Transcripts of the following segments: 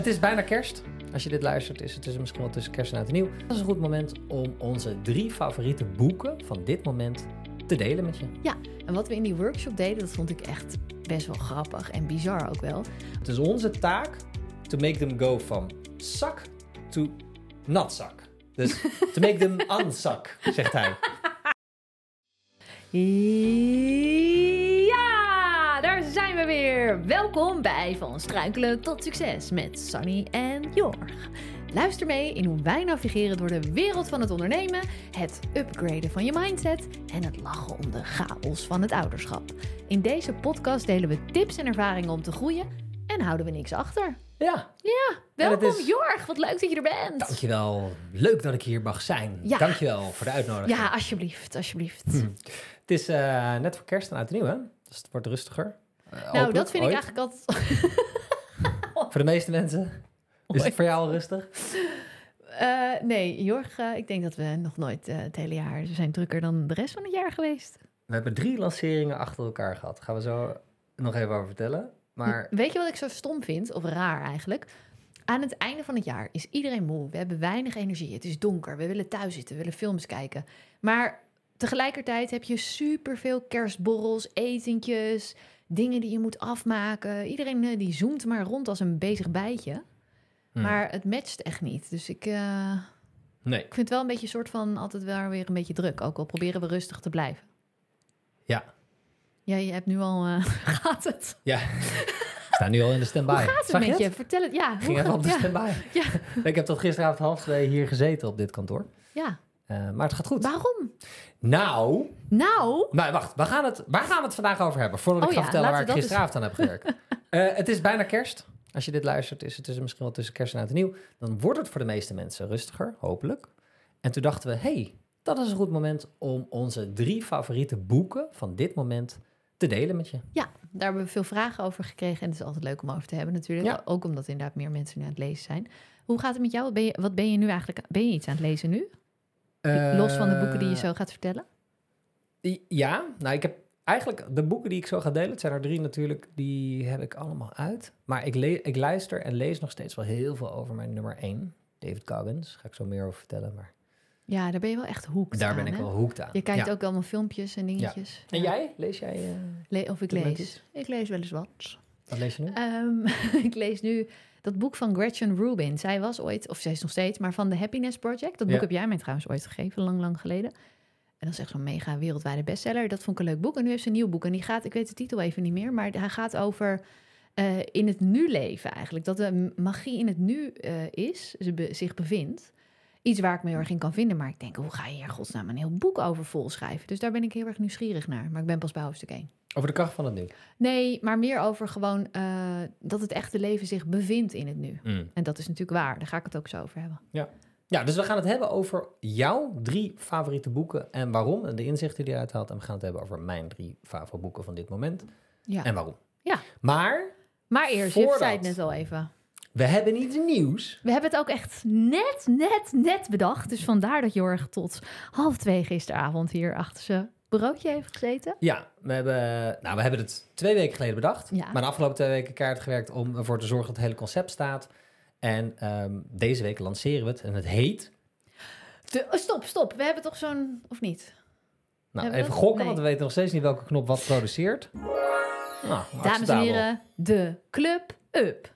Het is bijna kerst. Als je dit luistert, is het misschien wel tussen kerst en oud en nieuw. Dat is een goed moment om onze 3 favoriete boeken van dit moment te delen met je. Ja, en wat we in die workshop deden, dat vond ik echt best wel grappig en bizar ook wel. Het is onze taak to make them go from suck to not suck. Dus to make them unsuck, zegt hij. Ja, daar zijn we weer. Welkom bij Van Struikelen tot Succes met Sunny en Jorg. Luister mee in hoe wij navigeren door de wereld van het ondernemen, het upgraden van je mindset en het lachen om de chaos van het ouderschap. In deze podcast delen we tips en ervaringen om te groeien en houden we niks achter. Ja. Ja, welkom is... Jorg, wat leuk dat je er bent. Dankjewel, leuk dat ik hier mag zijn. Ja. Dankjewel voor de uitnodiging. Ja, alsjeblieft. Het is net voor kerst en oud en nieuw, hè? Dus het wordt rustiger. Nou, dat vind ik eigenlijk altijd... Voor de meeste mensen. Is het voor jou al rustig? Nee, Jorg, ik denk dat we nog nooit het hele jaar... We zijn drukker dan de rest van het jaar geweest. We hebben 3 lanceringen achter elkaar gehad. Daar gaan we zo nog even over vertellen. Maar... Weet je wat ik zo stom vind, of raar eigenlijk? Aan het einde van het jaar is iedereen moe. We hebben weinig energie. Het is donker. We willen thuis zitten. We willen films kijken. Maar tegelijkertijd heb je superveel kerstborrels, etentjes, dingen die je moet afmaken. Iedereen die zoomt maar rond als een bezig bijtje. Maar het matcht echt niet. Dus ik vind het wel een beetje een soort van altijd wel weer een beetje druk. Ook al proberen we rustig te blijven. Ja. Ja, je hebt nu al... gaat het? Ja. Ik sta nu al in de standby. Hoe gaat het met je? Vertel het. Ja, Ging even op de standby. Ja. Ik heb tot gisteravond 1:30 hier gezeten op dit kantoor. Ja. Maar het gaat goed. Waarom? Nou, wacht. Waar gaan we het vandaag over hebben? Voordat ik ga vertellen waar ik gisteravond aan heb gewerkt. Het is bijna kerst. Als je dit luistert, is het misschien wel tussen kerst en oud en nieuw. Dan wordt het voor de meeste mensen rustiger, hopelijk. En toen dachten we, dat is een goed moment om onze 3 favoriete boeken van dit moment te delen met je. Ja, daar hebben we veel vragen over gekregen. En het is altijd leuk om over te hebben natuurlijk. Ja. Ook omdat inderdaad meer mensen nu aan het lezen zijn. Hoe gaat het met jou? Wat ben je nu eigenlijk? Ben je iets aan het lezen nu? Los van de boeken die je zo gaat vertellen? Ja, nou ik heb eigenlijk de boeken die ik zo ga delen, het zijn er 3 natuurlijk, die heb ik allemaal uit. Maar ik luister en lees nog steeds wel heel veel over mijn nummer 1, David Goggins. Daar ga ik zo meer over vertellen. Maar ja, daar ben je wel echt hooked daar aan. Ben ik wel hooked aan. Je kijkt ook allemaal filmpjes en dingetjes. Ja. En jij? Lees jij? Of ik lees? Ik lees wel eens wat. Wat lees je nu? Ik lees nu dat boek van Gretchen Rubin. Zij was ooit, of zij is nog steeds, maar van The Happiness Project. Dat boek heb jij mij trouwens ooit gegeven, lang geleden. En dat is echt zo'n mega wereldwijde bestseller. Dat vond ik een leuk boek. En nu heeft ze een nieuw boek. En die gaat, ik weet de titel even niet meer, maar hij gaat over in het nu leven eigenlijk. Dat de magie in het nu zich bevindt. Iets waar ik me heel erg in kan vinden. Maar ik denk, hoe ga je hier godsnaam een heel boek over volschrijven? Dus daar ben ik heel erg nieuwsgierig naar. Maar ik ben pas bij hoofdstuk 1. Over de kracht van het nu? Nee, maar meer over gewoon dat het echte leven zich bevindt in het nu. En dat is natuurlijk waar. Daar ga ik het ook zo over hebben. Ja, dus we gaan het hebben over jouw 3 favoriete boeken en waarom. En de inzichten die je uithaalt. En we gaan het hebben over mijn 3 favoriete boeken van dit moment. Ja. En waarom. Ja. Maar eerst, je zei het net al even. We hebben iets nieuws. We hebben het ook echt net bedacht. Dus vandaar dat Jorg tot 1:30 gisteravond hier achter zijn bureautje heeft gezeten. Ja, we hebben het 2 weken geleden bedacht. Ja. Maar de afgelopen 2 weken keihard gewerkt om ervoor te zorgen dat het hele concept staat. En deze week lanceren we het. En het heet... Stop. We hebben toch zo'n... Of niet? Nou, even gokken, want we weten nog steeds niet welke knop wat produceert. Nou, dames en heren, de Club Up.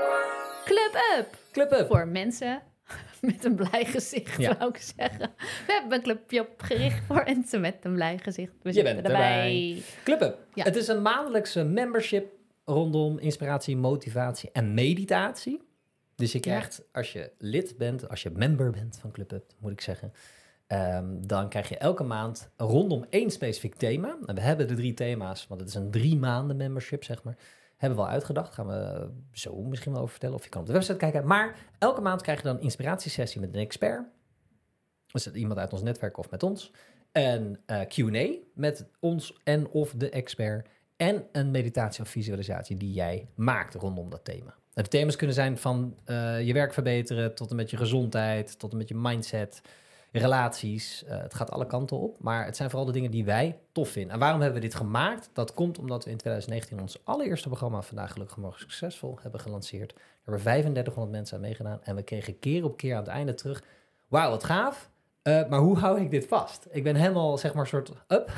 Club Up. Voor mensen met een blij gezicht, zou ik zeggen. We hebben een clubje opgericht voor mensen met een blij gezicht. We zitten erbij. Club Up. Ja. Het is een maandelijkse membership rondom inspiratie, motivatie en meditatie. Dus je krijgt, als je lid bent, als je member bent van Club Up, moet ik zeggen, dan krijg je elke maand rondom 1 specifiek thema. En we hebben de 3 thema's, want het is een 3 maanden membership, zeg maar. Hebben we al uitgedacht. Gaan we zo misschien wel over vertellen. Of je kan op de website kijken. Maar elke maand krijg je dan een inspiratiesessie met een expert. Dus dat iemand uit ons netwerk of met ons. Een Q&A met ons en of de expert. En een meditatie of visualisatie die jij maakt rondom dat thema. En de thema's kunnen zijn van je werk verbeteren tot en met je gezondheid, tot en met je mindset. relaties. Het gaat alle kanten op. Maar het zijn vooral de dingen die wij tof vinden. En waarom hebben we dit gemaakt? Dat komt omdat we in 2019 ons allereerste programma Vandaag Gelukkig Morgen Succesvol hebben gelanceerd. Daar hebben 3500 mensen aan meegedaan. En we kregen keer op keer aan het einde terug. Wauw, wat gaaf. Maar hoe hou ik dit vast? Ik ben helemaal, zeg maar, soort up.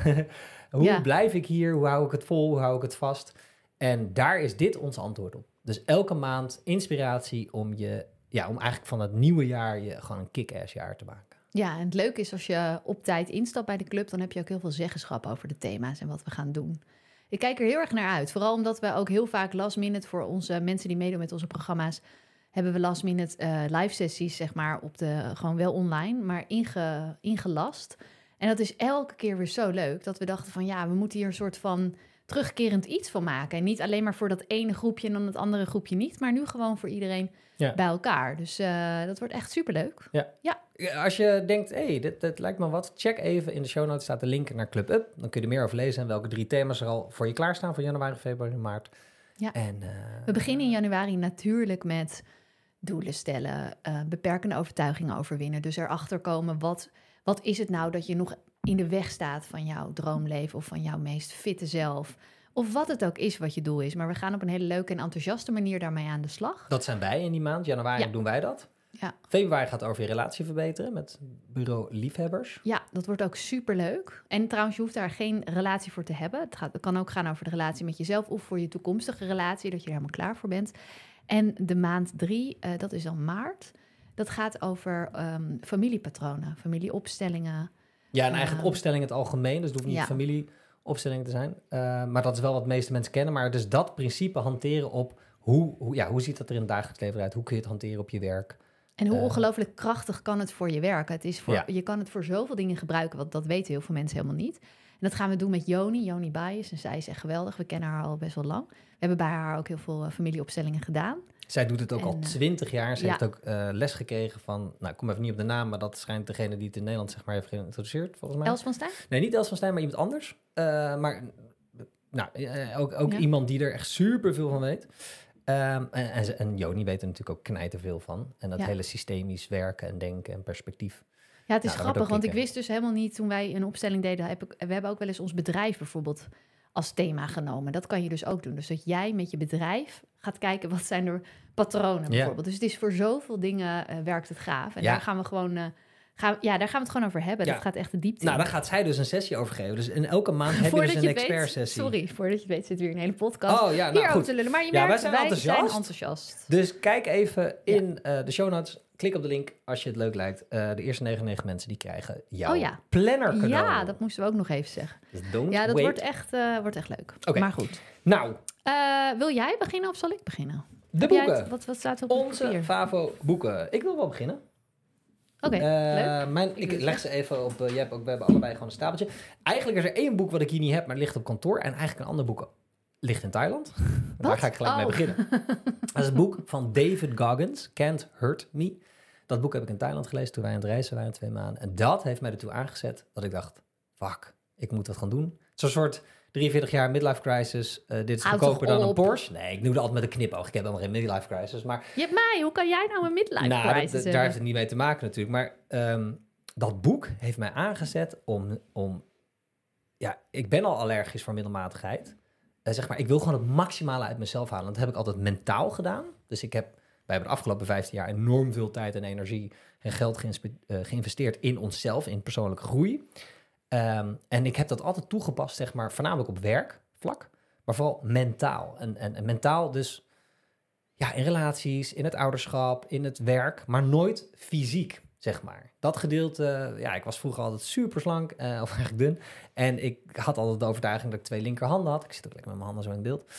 Hoe blijf ik hier? Hoe hou ik het vol? Hoe hou ik het vast? En daar is dit ons antwoord op. Dus elke maand inspiratie om eigenlijk van het nieuwe jaar je gewoon een kick-ass jaar te maken. Ja, en het leuke is als je op tijd instapt bij de club, dan heb je ook heel veel zeggenschap over de thema's en wat we gaan doen. Ik kijk er heel erg naar uit. Vooral omdat we ook heel vaak last minute voor onze mensen die meedoen met onze programma's, hebben we last minute live sessies, zeg maar, gewoon wel online, maar ingelast. En dat is elke keer weer zo leuk dat we dachten van we moeten hier een soort van terugkerend iets van maken. En niet alleen maar voor dat ene groepje en dan het andere groepje niet, maar nu gewoon voor iedereen bij elkaar. Dus dat wordt echt superleuk. Ja. Als je denkt, dit lijkt me wat, check even in de show notes staat de link naar Club Up. Dan kun je er meer over lezen en welke 3 thema's er al voor je klaarstaan voor januari, februari en maart. Ja. En, we beginnen in januari natuurlijk met doelen stellen, beperkende overtuigingen overwinnen. Dus erachter komen, wat is het nou dat je nog in de weg staat van jouw droomleven of van jouw meest fitte zelf? Of wat het ook is wat je doel is. Maar we gaan op een hele leuke en enthousiaste manier daarmee aan de slag. Dat zijn wij in die maand. Januari doen wij dat. Ja. Februari gaat over je relatie verbeteren met bureau Liefhebbers. Ja, dat wordt ook superleuk. En trouwens, je hoeft daar geen relatie voor te hebben. Het kan ook gaan over de relatie met jezelf of voor je toekomstige relatie, dat je er helemaal klaar voor bent. En de maand 3, dat is dan maart. Dat gaat over familiepatronen, familieopstellingen. Ja, en eigenlijk opstelling in het algemeen. Dus het hoeft niet familieopstelling te zijn. Maar dat is wel wat de meeste mensen kennen. Maar dus dat principe hanteren op hoe ziet dat er in het dagelijks leven uit? Hoe kun je het hanteren op je werk? En hoe ongelooflijk krachtig kan het voor je werken? Je kan het voor zoveel dingen gebruiken, want dat weten heel veel mensen helemaal niet. En dat gaan we doen met Joni Bijes. En zij is echt geweldig. We kennen haar al best wel lang. We hebben bij haar ook heel veel familieopstellingen gedaan. Zij doet het ook al 20 jaar. Ze heeft ook les gekregen van, ik kom even niet op de naam, maar dat schijnt degene die het in Nederland, zeg maar, heeft geïntroduceerd, volgens mij. Els van Stijn? Nee, niet Els van Stijn, maar iemand anders. Ook iemand die er echt super veel van weet. En Joni weet er natuurlijk ook knijterveel van. En dat hele systemisch werken en denken en perspectief. Ja, het is grappig, want ik wist dus helemaal niet toen wij een opstelling deden. We hebben ook wel eens ons bedrijf bijvoorbeeld als thema genomen. Dat kan je dus ook doen. Dus dat jij met je bedrijf gaat kijken, wat zijn er patronen bijvoorbeeld. Dus het is voor zoveel dingen werkt het gaaf. En daar gaan we gewoon... daar gaan we het gewoon over hebben. Dat gaat echt de diepte in. Daar gaat zij dus een sessie over geven. Dus in elke maand heb je dus een expertsessie. Sorry, voordat je het weet zit weer een hele podcast hierover te lullen. Maar je merkt, wij zijn enthousiast. Dus kijk even in de show notes. Klik op de link als je het leuk lijkt. De eerste 99 mensen die krijgen jouw planner cadeau. Ja, dat moesten we ook nog even zeggen. Dus dat wordt echt leuk. Okay. Maar goed. Nou. Wil jij beginnen of zal ik beginnen? De boeken. Wat staat er op onze Favo boeken. Ik wil wel beginnen. Oké, leuk. Ik leg ze even op. We hebben allebei gewoon een stapeltje. Eigenlijk is er 1 boek wat ik hier niet heb, maar het ligt op kantoor. En eigenlijk een ander boek ligt in Thailand. Daar ga ik gelijk mee beginnen. Dat is het boek van David Goggins, Can't Hurt Me. Dat boek heb ik in Thailand gelezen toen wij aan het reizen waren 2 maanden. En dat heeft mij ertoe aangezet dat ik dacht, fuck, ik moet dat gaan doen. Zo'n soort 43 jaar midlife crisis. Dit is goedkoper dan een Porsche. Nee, ik noem het altijd met een knipoog. Ik heb helemaal geen midlife crisis. Maar je hebt mij. Hoe kan jij nou een midlife crisis hebben? Daar heeft het niet mee te maken natuurlijk. Maar dat boek heeft mij aangezet om... Ja, ik ben al allergisch voor middelmatigheid. Zeg maar, ik wil gewoon het maximale uit mezelf halen. Dat heb ik altijd mentaal gedaan. Dus wij hebben de afgelopen 15 jaar enorm veel tijd en energie en geld geïnvesteerd in onszelf, in persoonlijke groei. En ik heb dat altijd toegepast, zeg maar, voornamelijk op werkvlak, maar vooral mentaal. En mentaal dus, in relaties, in het ouderschap, in het werk, maar nooit fysiek, zeg maar. Dat gedeelte, ik was vroeger altijd super slank, of eigenlijk dun. En ik had altijd de overtuiging dat ik 2 linkerhanden had. Ik zit ook lekker met mijn handen zo in beeld.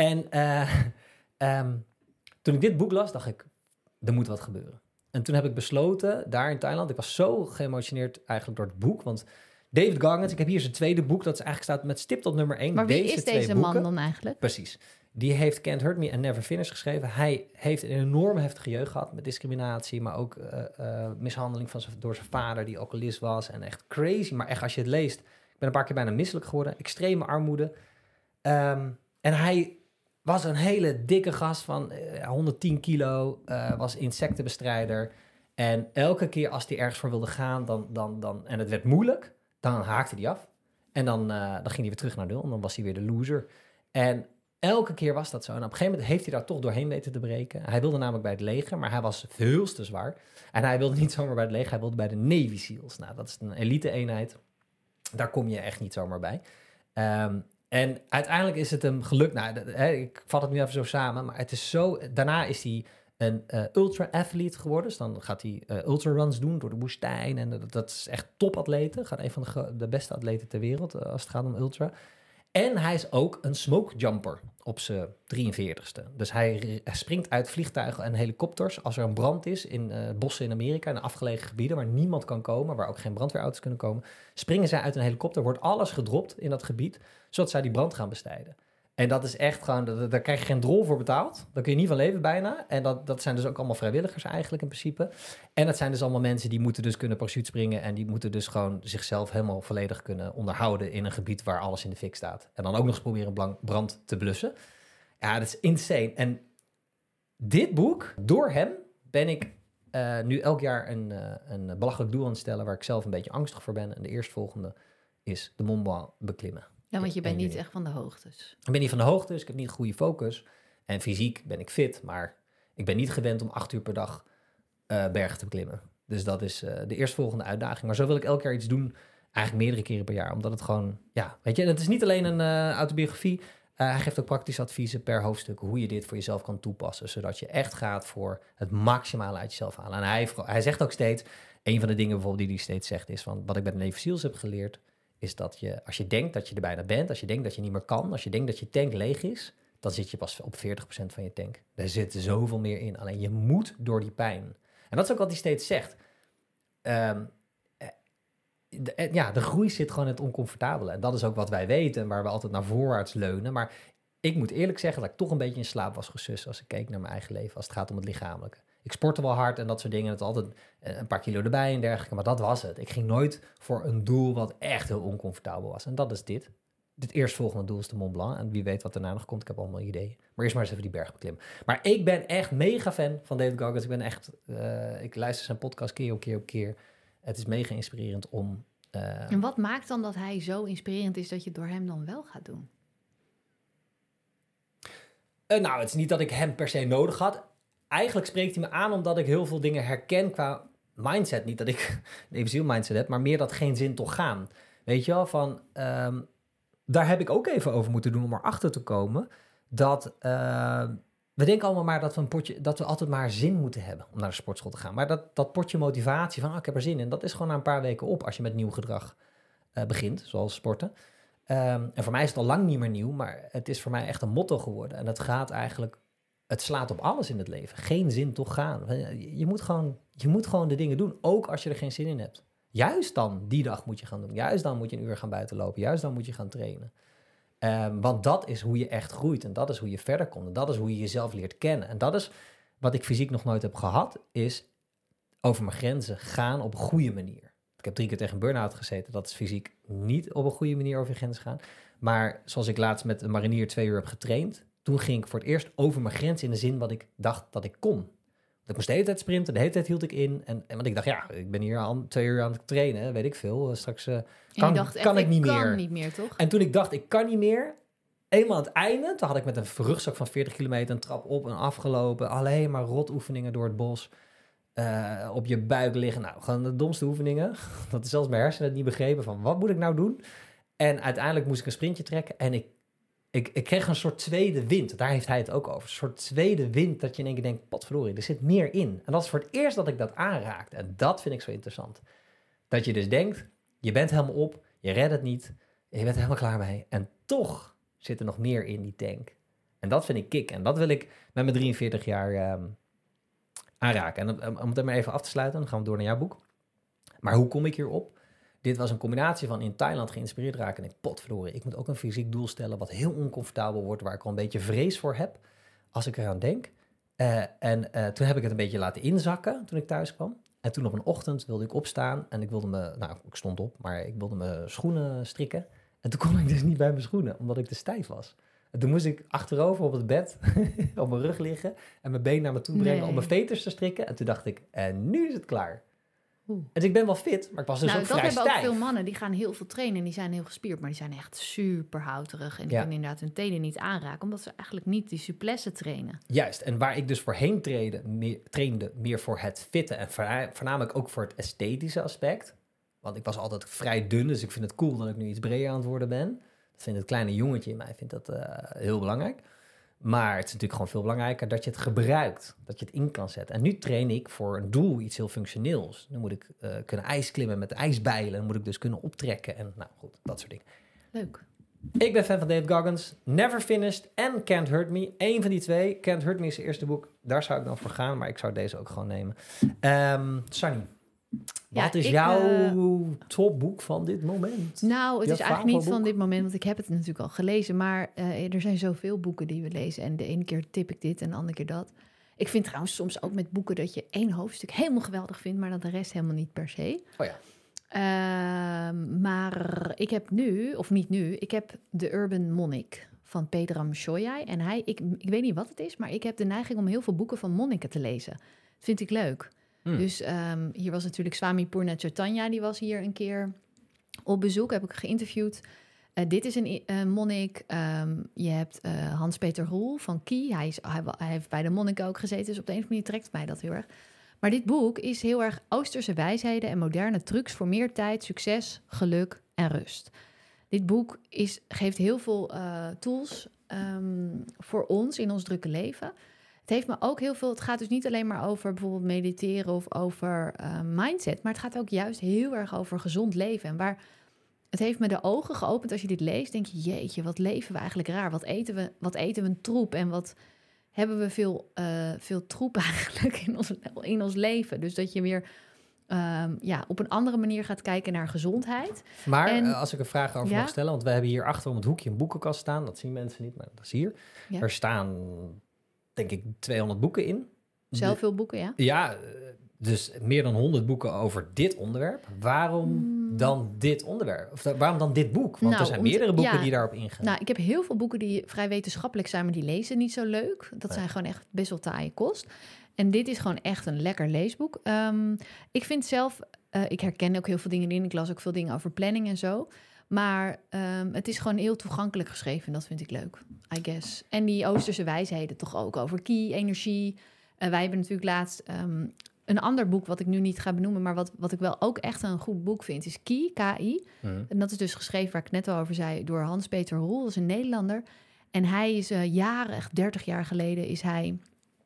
En toen ik dit boek las, dacht ik, er moet wat gebeuren. En toen heb ik besloten, daar in Thailand, ik was zo geëmotioneerd eigenlijk door het boek, want David Goggins, ik heb hier zijn tweede boek, dat eigenlijk staat met stipt op nummer 1. Maar wie is deze man dan eigenlijk? Precies. Die heeft Can't Hurt Me and Never Finish geschreven. Hij heeft een enorm heftige jeugd gehad met discriminatie, maar ook mishandeling door zijn vader, die alcoholist was. En echt crazy, maar echt als je het leest, ik ben een paar keer bijna misselijk geworden, extreme armoede. En hij was een hele dikke gast van 110 kilo, was insectenbestrijder. En elke keer als hij ergens voor wilde gaan, en het werd moeilijk, dan haakte hij af. En dan ging hij weer terug naar 0 en dan was hij weer de loser. En elke keer was dat zo. En op een gegeven moment heeft hij daar toch doorheen weten te breken. Hij wilde namelijk bij het leger, maar hij was veel te zwaar. En hij wilde niet zomaar bij het leger, hij wilde bij de Navy SEALs. Nou, dat is een elite-eenheid. Daar kom je echt niet zomaar bij. En uiteindelijk is het hem gelukt. Nou, ik vat het nu even zo samen, maar het is zo... Daarna is hij een ultra-athlete geworden. Dus dan gaat hij ultraruns doen door de woestijn. En dat is echt topatleten. Gaat een van de beste atleten ter wereld als het gaat om ultra. En hij is ook een smoke jumper op zijn 43ste. Dus hij springt uit vliegtuigen en helikopters als er een brand is in bossen in Amerika, in afgelegen gebieden waar niemand kan komen, waar ook geen brandweerauto's kunnen komen. Springen zij uit een helikopter, wordt alles gedropt in dat gebied, zodat zij die brand gaan bestrijden. En dat is echt gewoon, daar krijg je geen drol voor betaald. Daar kun je niet van leven bijna. En dat zijn dus ook allemaal vrijwilligers eigenlijk in principe. En dat zijn dus allemaal mensen die moeten dus kunnen parachute springen. En die moeten dus gewoon zichzelf helemaal volledig kunnen onderhouden in een gebied waar alles in de fik staat. En dan ook nog eens proberen brand te blussen. Ja, dat is insane. En dit boek, door hem ben ik nu elk jaar een belachelijk doel aan het stellen waar ik zelf een beetje angstig voor ben. En de eerstvolgende is de Mont Blanc beklimmen. Ja, want je bent niet echt van de hoogtes. Ik ben niet van de hoogtes, ik heb niet een goede focus. En fysiek ben ik fit, maar ik ben niet gewend om 8 uur per dag bergen te beklimmen. Dus dat is de eerstvolgende uitdaging. Maar zo wil ik elk jaar iets doen, eigenlijk meerdere keren per jaar. Omdat het gewoon, ja, weet je, en het is niet alleen een autobiografie. Hij geeft ook praktische adviezen per hoofdstuk hoe je dit voor jezelf kan toepassen. Zodat je echt gaat voor het maximale uit jezelf halen. En hij zegt ook steeds, een van de dingen bijvoorbeeld die hij steeds zegt is van, wat ik bij de Navy SEALs heb geleerd, is dat als je denkt dat je er bijna bent, als je denkt dat je niet meer kan, als je denkt dat je tank leeg is, dan zit je pas op 40% van je tank. Er zit zoveel meer in. Alleen je moet door die pijn. En dat is ook wat hij steeds zegt. De groei zit gewoon in het oncomfortabele. En dat is ook wat wij weten en waar we altijd naar voorwaarts leunen. Maar ik moet eerlijk zeggen dat ik toch een beetje in slaap was gesust als ik keek naar mijn eigen leven, als het gaat om het lichamelijke. Ik sportte wel hard en dat soort dingen. Het altijd een paar kilo erbij en dergelijke. Maar dat was het. Ik ging nooit voor een doel wat echt heel oncomfortabel was. En dat is dit. Dit eerstvolgende doel is de Mont Blanc. En wie weet wat daarna nog komt. Ik heb allemaal ideeën. Maar eerst maar eens even die berg beklimmen. Maar ik ben echt mega fan van David Goggins. Ik ben echt... ik luister zijn podcast keer op keer. Het is mega inspirerend om... En wat maakt dan dat hij zo inspirerend is dat je het door hem dan wel gaat doen? Nou, het is niet dat ik hem per se nodig had. Eigenlijk spreekt hij me aan omdat ik heel veel dingen herken qua mindset. Niet dat ik een evenziel mindset heb, maar meer dat geen zin toch gaan. Weet je wel, van... daar heb ik ook even over moeten doen om erachter te komen dat... we denken allemaal maar dat we altijd maar zin moeten hebben om naar de sportschool te gaan. Maar dat potje motivatie van, ik heb er zin in, dat is gewoon na een paar weken op als je met nieuw gedrag begint, zoals sporten. En voor mij is het al lang niet meer nieuw, maar het is voor mij echt een motto geworden. En het gaat eigenlijk, het slaat op alles in het leven. Geen zin toch gaan. Je moet gewoon de dingen doen, ook als je er geen zin in hebt. Juist dan, die dag moet je gaan doen. Juist dan moet je een uur gaan buitenlopen. Juist dan moet je gaan trainen. Want dat is hoe je echt groeit. En dat is hoe je verder komt. En dat is hoe je jezelf leert kennen. En dat is wat ik fysiek nog nooit heb gehad, is over mijn grenzen gaan op een goede manier. Ik heb 3 keer tegen een burn-out gezeten. Dat is fysiek niet op een goede manier over je grenzen gaan. Maar zoals ik laatst met een marinier 2 uur heb getraind, toen ging ik voor het eerst over mijn grens in de zin wat ik dacht dat ik kon. Ik moest de hele tijd sprinten, de hele tijd hield ik in. En want ik dacht, ja, ik ben hier al 2 uur aan het trainen, weet ik veel. Straks kan ik niet meer, toch? En toen ik dacht, ik kan niet meer, eenmaal aan het einde, toen had ik met een rugzak van 40 kilometer een trap op en afgelopen. Alleen maar rotoefeningen door het bos. Op je buik liggen. Nou, gewoon de domste oefeningen. Dat is zelfs mijn hersenen het niet begrepen van, wat moet ik nou doen? En uiteindelijk moest ik een sprintje trekken en ik kreeg een soort tweede wind. Daar heeft hij het ook over. Een soort tweede wind dat je in één keer denkt, potverdorie, er zit meer in. En dat is voor het eerst dat ik dat aanraakte. En dat vind ik zo interessant. Dat je dus denkt, je bent helemaal op, je redt het niet, je bent er helemaal klaar mee. En toch zit er nog meer in die tank. En dat vind ik kick. En dat wil ik met mijn 43 jaar aanraken. En om het maar even af te sluiten, dan gaan we door naar jouw boek. Maar hoe kom ik hierop? Dit was een combinatie van in Thailand geïnspireerd raken en ik potverdorie. Ik moet ook een fysiek doel stellen wat heel oncomfortabel wordt, waar ik al een beetje vrees voor heb als ik eraan denk. Toen heb ik het een beetje laten inzakken toen ik thuis kwam. En toen op een ochtend wilde ik opstaan en ik stond op, maar ik wilde mijn schoenen strikken. En toen kon ik dus niet bij mijn schoenen, omdat ik te stijf was. En toen moest ik achterover op het bed op mijn rug liggen en mijn been naar me toe brengen om mijn veters te strikken. En toen dacht ik, en nu is het klaar. Dus ik ben wel fit, maar ik was dus ook vrij stijf. Dat hebben ook veel mannen, die gaan heel veel trainen en die zijn heel gespierd, maar die zijn echt super houterig. En die kunnen inderdaad hun tenen niet aanraken, omdat ze eigenlijk niet die souplesse trainen. Juist, en waar ik dus voorheen trainde meer voor het fitten en voornamelijk ook voor het esthetische aspect. Want ik was altijd vrij dun, dus ik vind het cool dat ik nu iets breder aan het worden ben. Dat vindt het kleine jongetje in mij heel belangrijk. Maar het is natuurlijk gewoon veel belangrijker dat je het gebruikt. Dat je het in kan zetten. En nu train ik voor een doel, iets heel functioneels. Dan moet ik kunnen ijsklimmen met ijsbijlen. Dan moet ik dus kunnen optrekken. En nou goed, dat soort dingen. Leuk. Ik ben fan van David Goggins. Never Finished en Can't Hurt Me. Eén van die twee. Can't Hurt Me is zijn eerste boek. Daar zou ik dan voor gaan. Maar ik zou deze ook gewoon nemen. Sunny. Wat is jouw topboek van dit moment? Nou, het is eigenlijk niet van dit moment, want ik heb het natuurlijk al gelezen. Maar er zijn zoveel boeken die we lezen. En de ene keer tip ik dit en de andere keer dat. Ik vind trouwens soms ook met boeken dat je 1 hoofdstuk helemaal geweldig vindt, maar dat de rest helemaal niet per se. Oh ja. Maar ik heb nu, of niet nu, ik heb The Urban Monnik van Pedram Shojai. En ik weet niet wat het is, maar ik heb de neiging om heel veel boeken van monniken te lezen. Dat vind ik leuk. Dus hier was natuurlijk Swami Purna Chaitanya, die was hier een keer op bezoek, heb ik geïnterviewd. Dit is een monnik. Je hebt Hans-Peter Roel van Ki. Hij heeft bij de monniken ook gezeten, dus op de een of andere manier trekt mij dat heel erg. Maar dit boek is heel erg Oosterse wijsheden en moderne trucs voor meer tijd, succes, geluk en rust. Dit boek geeft heel veel tools voor ons in ons drukke leven. Het heeft me ook heel veel. Het gaat dus niet alleen maar over bijvoorbeeld mediteren of over mindset, maar het gaat ook juist heel erg over gezond leven. En het heeft me de ogen geopend als je dit leest. Denk je, jeetje, wat leven we eigenlijk raar? Wat eten we een troep? En wat hebben we veel troep eigenlijk in ons leven? Dus dat je weer op een andere manier gaat kijken naar gezondheid. Maar als ik een vraag over mag stellen, want we hebben hier achter om het hoekje een boekenkast staan. Dat zien mensen niet, maar dat is hier. Ja. Er staan, denk ik, 200 boeken in. Zelf veel boeken, ja? Ja, dus meer dan 100 boeken over dit onderwerp. Waarom dan dit onderwerp? Of waarom dan dit boek? Want er zijn meerdere boeken die daarop ingaan. Nou, ik heb heel veel boeken die vrij wetenschappelijk zijn, maar die lezen niet zo leuk. Dat zijn gewoon echt best wel taaie kost. En dit is gewoon echt een lekker leesboek. Ik vind zelf, ik herken ook heel veel dingen in. Ik las ook veel dingen over planning en zo. Maar het is gewoon heel toegankelijk geschreven. En dat vind ik leuk, I guess. En die Oosterse wijsheden toch ook over ki, energie. Wij hebben natuurlijk laatst een ander boek wat ik nu niet ga benoemen, maar wat ik wel ook echt een goed boek vind, is Ki, K-I. En dat is dus geschreven, waar ik net al over zei, door Hans-Peter Roel. Dat is een Nederlander. En hij is jaren, echt 30 jaar geleden, is hij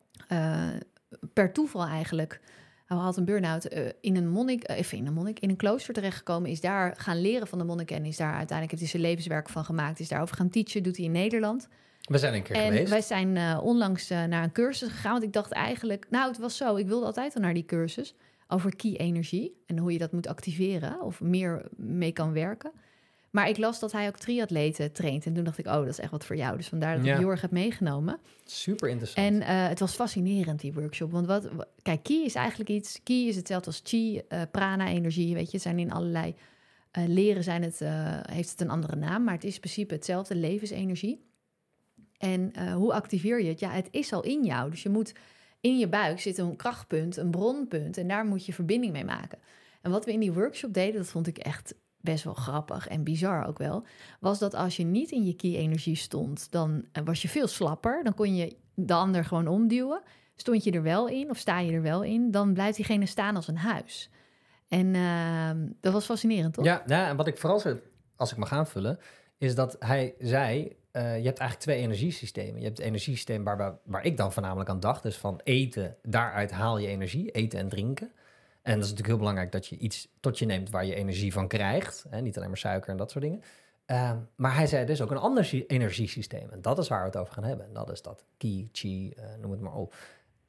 per toeval eigenlijk, hij had een burn-out, in een klooster terechtgekomen, is daar gaan leren van de monniken en is daar uiteindelijk, heeft hij zijn levenswerk van gemaakt, is daarover gaan teachen, doet hij in Nederland. We zijn een keer geweest. Wij zijn onlangs naar een cursus gegaan, want ik dacht eigenlijk, het was zo, ik wilde altijd al naar die cursus over ki-energie en hoe je dat moet activeren of meer mee kan werken. Maar ik las dat hij ook triatleten traint. En toen dacht ik, dat is echt wat voor jou. Dus vandaar dat ik heel erg heb meegenomen. Super interessant. En het was fascinerend, die workshop. Want kijk, ki is eigenlijk iets. Ki is hetzelfde als chi, prana, energie. Weet je, het zijn in allerlei leren heeft het een andere naam. Maar het is in principe hetzelfde, levensenergie. En hoe activeer je het? Ja, het is al in jou. Dus je moet in je buik zit een krachtpunt, een bronpunt. En daar moet je verbinding mee maken. En wat we in die workshop deden, dat vond ik echt best wel grappig en bizar ook wel, was dat als je niet in je ki-energie stond, dan was je veel slapper. Dan kon je de ander gewoon omduwen. Stond je er wel in of sta je er wel in, dan blijft diegene staan als een huis. En dat was fascinerend, toch? Ja, en wat ik vooral, als ik mag aanvullen, is dat hij zei, je hebt eigenlijk 2 energiesystemen. Je hebt het energiesysteem waar ik dan voornamelijk aan dacht, dus van eten, daaruit haal je energie, eten en drinken. En dat is natuurlijk heel belangrijk dat je iets tot je neemt waar je energie van krijgt. Hè? Niet alleen maar suiker en dat soort dingen. Maar hij zei, er is ook een ander energiesysteem. En dat is waar we het over gaan hebben. En dat is dat ki, chi, noem het maar op.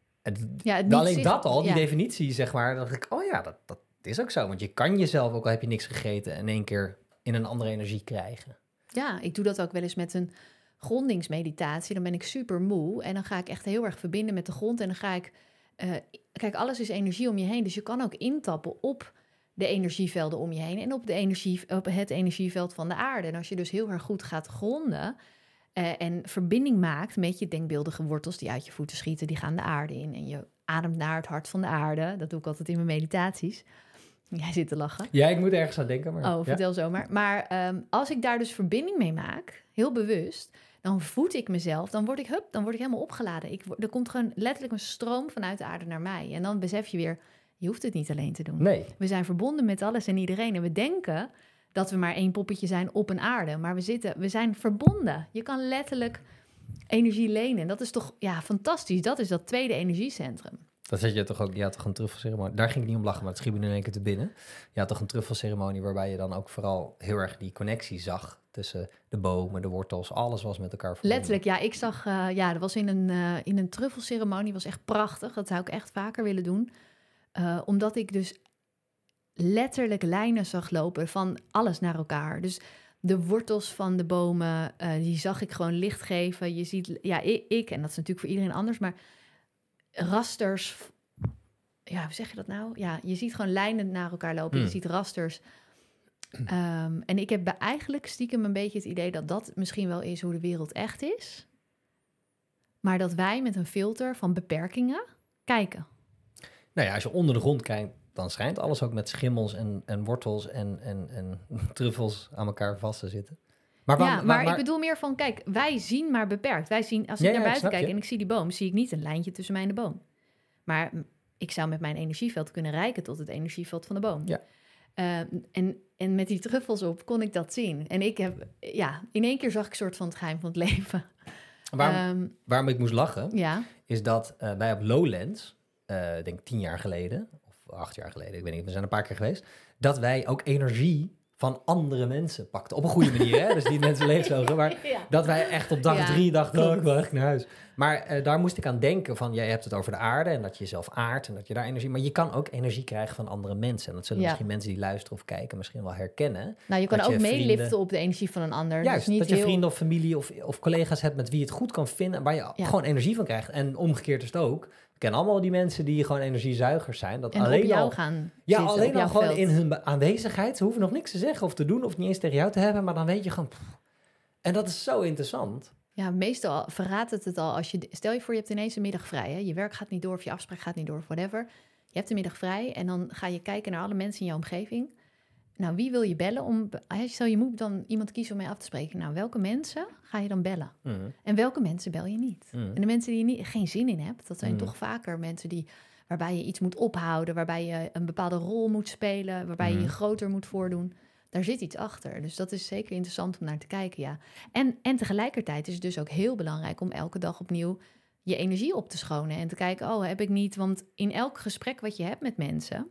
Die definitie, zeg maar. Dan dacht ik, dat is ook zo. Want je kan jezelf, ook al heb je niks gegeten, in één keer in een andere energie krijgen. Ja, ik doe dat ook wel eens met een grondingsmeditatie. Dan ben ik super moe. En dan ga ik echt heel erg verbinden met de grond. En dan ga ik... kijk, alles is energie om je heen. Dus je kan ook intappen op de energievelden om je heen en op het energieveld van de aarde. En als je dus heel erg goed gaat gronden En verbinding maakt met je denkbeeldige wortels die uit je voeten schieten. Die gaan de aarde in en je ademt naar het hart van de aarde. Dat doe ik altijd in mijn meditaties. Jij zit te lachen. Ja, ik moet ergens aan denken. Maar, vertel zomaar. Maar als ik daar dus verbinding mee maak, heel bewust, dan voed ik mezelf. Dan word ik helemaal opgeladen. Er komt gewoon letterlijk een stroom vanuit de aarde naar mij. En dan besef je weer, je hoeft het niet alleen te doen. Nee. We zijn verbonden met alles en iedereen. En we denken dat we maar één poppetje zijn op een aarde. Maar we zijn verbonden. Je kan letterlijk energie lenen. En dat is toch fantastisch. Dat is dat tweede energiecentrum. Dat zet je toch ook, je had toch een truffelceremonie. Daar ging ik niet om lachen, maar het schiet me nu in één keer te binnen. Je had toch een truffelceremonie waarbij je dan ook vooral heel erg die connectie zag tussen de bomen, de wortels, alles was met elkaar verbonden. Letterlijk, ja. Ik zag, dat was in een truffelceremonie, was echt prachtig. Dat zou ik echt vaker willen doen. Omdat ik dus letterlijk lijnen zag lopen van alles naar elkaar. Dus de wortels van de bomen, die zag ik gewoon licht geven. Je ziet, ik, en dat is natuurlijk voor iedereen anders, maar rasters, hoe zeg je dat nou? Ja, je ziet gewoon lijnen naar elkaar lopen. Je ziet rasters. En ik heb eigenlijk stiekem een beetje het idee dat dat misschien wel is hoe de wereld echt is. Maar dat wij met een filter van beperkingen kijken. Nou ja, als je onder de grond kijkt, dan schijnt alles ook met schimmels en wortels en truffels aan elkaar vast te zitten. Maar ik bedoel meer van, kijk, wij zien maar beperkt. Wij zien, als ik naar buiten kijk en ik zie die boom, zie ik niet een lijntje tussen mij en de boom. Maar ik zou met mijn energieveld kunnen reiken tot het energieveld van de boom. Ja. En met die truffels op kon ik dat zien. En ik heb, in één keer zag ik een soort van het geheim van het leven. Waarom ik moest lachen, is dat wij op Lowlands, denk 10 jaar geleden, of 8 jaar geleden, ik weet niet, we zijn een paar keer geweest, dat wij ook energie van andere mensen pakten. Op een goede manier, hè? Dus niet mensen leegzogen, maar dat wij echt op dag 3 dachten, ik wil echt naar huis. Maar daar moest ik aan denken van, jij hebt het over de aarde en dat je jezelf aardt en dat je daar energie... Maar je kan ook energie krijgen van andere mensen. En dat zullen misschien mensen die luisteren of kijken misschien wel herkennen. Nou, je kan ook meeliften op de energie van een ander. Juist, dus niet dat je vrienden of familie of collega's hebt met wie je het goed kan vinden, waar je gewoon energie van krijgt. En omgekeerd is het ook. We kennen allemaal die mensen die gewoon energiezuigers zijn. Dat en alleen op jou al gaan zitten, alleen al gewoon in hun aanwezigheid. Ze hoeven nog niks te zeggen of te doen of niet eens tegen jou te hebben, maar dan weet je gewoon... En dat is zo interessant. Ja, meestal verraadt het al als je... Stel je voor, je hebt ineens een middag vrij. Hè? Je werk gaat niet door of je afspraak gaat niet door of whatever. Je hebt een middag vrij en dan ga je kijken naar alle mensen in jouw omgeving. Nou, wie wil je bellen? Stel je moet dan iemand kiezen om mee af te spreken. Nou, welke mensen ga je dan bellen? En welke mensen bel je niet? En de mensen die je geen zin in hebt, dat zijn toch vaker mensen waarbij je iets moet ophouden, waarbij je een bepaalde rol moet spelen, waarbij je je groter moet voordoen. Daar zit iets achter. Dus dat is zeker interessant om naar te kijken, ja. En tegelijkertijd is het dus ook heel belangrijk om elke dag opnieuw je energie op te schonen en te kijken, heb ik niet... Want in elk gesprek wat je hebt met mensen,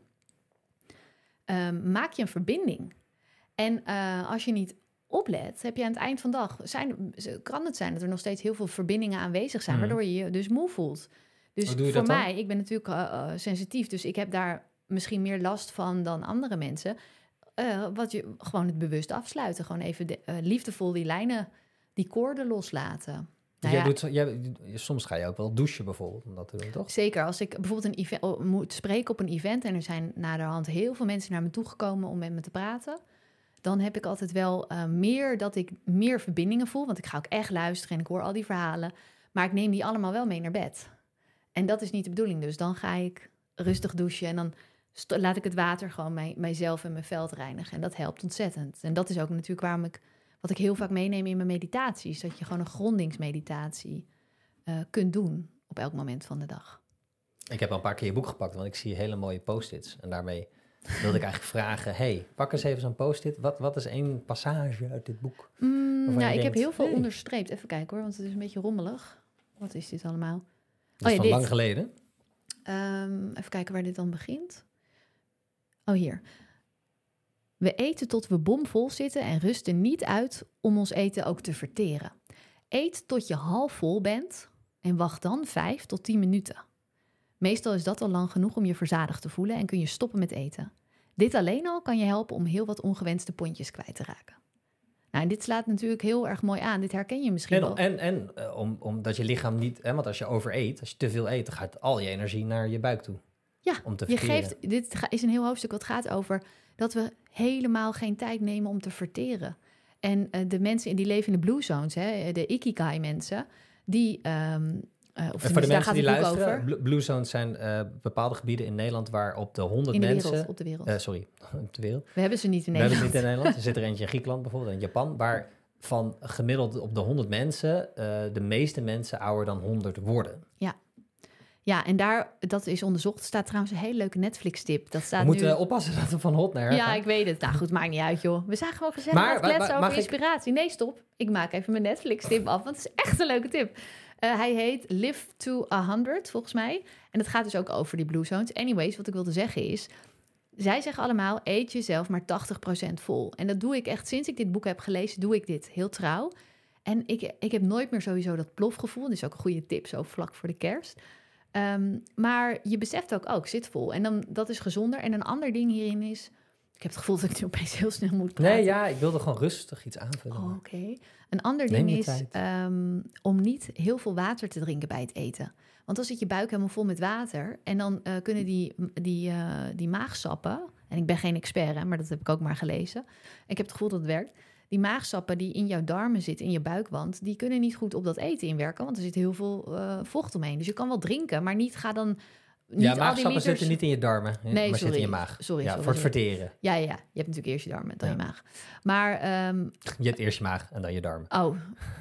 maak je een verbinding. En als je niet oplet, heb je aan het eind van de dag... kan het zijn dat er nog steeds heel veel verbindingen aanwezig zijn, waardoor je je dus moe voelt. Dus voor mij, ik ben natuurlijk sensitief, dus ik heb daar misschien meer last van dan andere mensen... wat je gewoon het bewust afsluiten. Gewoon even liefdevol die lijnen, die koorden loslaten. Soms ga je ook wel douchen bijvoorbeeld, om dat te doen, toch? Zeker. Als ik bijvoorbeeld een event moet spreken op een event... en er zijn naderhand heel veel mensen naar me toegekomen om met me te praten... dan heb ik altijd wel dat ik meer verbindingen voel. Want ik ga ook echt luisteren en ik hoor al die verhalen. Maar ik neem die allemaal wel mee naar bed. En dat is niet de bedoeling. Dus dan ga ik rustig douchen en dan... laat ik het water gewoon mijzelf en mijn veld reinigen. En dat helpt ontzettend. En dat is ook natuurlijk wat ik heel vaak meeneem in mijn meditaties. Dat je gewoon een grondingsmeditatie kunt doen op elk moment van de dag. Ik heb al een paar keer je boek gepakt, want ik zie hele mooie post-its. En daarmee wilde ik eigenlijk vragen, pak eens even zo'n post-it. Wat is één passage uit dit boek? Ik heb heel veel onderstreept. Even kijken hoor, want het is een beetje rommelig. Wat is dit allemaal? Dat is van lang geleden. Even kijken waar dit dan begint. Oh, hier. We eten tot we bomvol zitten en rusten niet uit om ons eten ook te verteren. Eet tot je half vol bent en wacht dan 5 tot 10 minuten. Meestal is dat al lang genoeg om je verzadigd te voelen en kun je stoppen met eten. Dit alleen al kan je helpen om heel wat ongewenste pondjes kwijt te raken. Nou, en dit slaat natuurlijk heel erg mooi aan. Dit herken je misschien wel. En omdat je lichaam niet... want als je overeet, als je te veel eet, dan gaat al je energie naar je buik toe. Ja, dit is een heel hoofdstuk wat gaat over dat we helemaal geen tijd nemen om te verteren. En de mensen die leven in de blue zones, hè, de ikigai mensen, die... voor de mensen die luisteren, blue zones zijn bepaalde gebieden in Nederland waar op de 100 mensen... Op de wereld. Sorry, op de wereld. We hebben ze niet in We Nederland. hebben ze niet in Nederland. Er zit er eentje in Griekenland bijvoorbeeld, in Japan, waar van gemiddeld op de 100 mensen de meeste mensen ouder dan 100 worden. Ja, en dat is onderzocht. Er staat trouwens een hele leuke Netflix-tip. Dat staat we moeten oppassen dat we van hot naar her gaan. Ja, ik weet het. Nou goed, maakt niet uit, joh. We zijn gewoon gezellig aan het kletsen over inspiratie. Nee, stop. Ik maak even mijn Netflix-tip af, want het is echt een leuke tip. Hij heet Live to 100, volgens mij. En het gaat dus ook over die blue zones. Anyways, wat ik wilde zeggen is... Zij zeggen allemaal, eet jezelf maar 80% vol. En dat doe ik echt, sinds ik dit boek heb gelezen, doe ik dit heel trouw. En ik heb nooit meer sowieso dat plofgevoel. Dat is ook een goede tip, zo vlak voor de kerst. Maar je beseft ook, zit vol. En dan, dat is gezonder. En een ander ding hierin is... Ik heb het gevoel dat ik nu opeens heel snel moet praten. Nee, ja, ik wilde gewoon rustig iets aanvullen. Oh, oké. Een ander ding is om niet heel veel water te drinken bij het eten. Want dan zit je buik helemaal vol met water. En dan kunnen die maagsappen... En ik ben geen expert, hè, maar dat heb ik ook maar gelezen. Ik heb het gevoel dat het werkt. Die maagsappen die in jouw darmen zitten, in je buikwand... die kunnen niet goed op dat eten inwerken... want er zit heel veel vocht omheen. Dus je kan wel drinken, maar niet ga dan... Niet maagsappen zitten niet in je darmen, nee, maar zitten in je maag. Sorry, voor het verteren. Ja, je hebt natuurlijk eerst je darmen, dan je maag. Maar... je hebt eerst je maag en dan je darmen. Oh,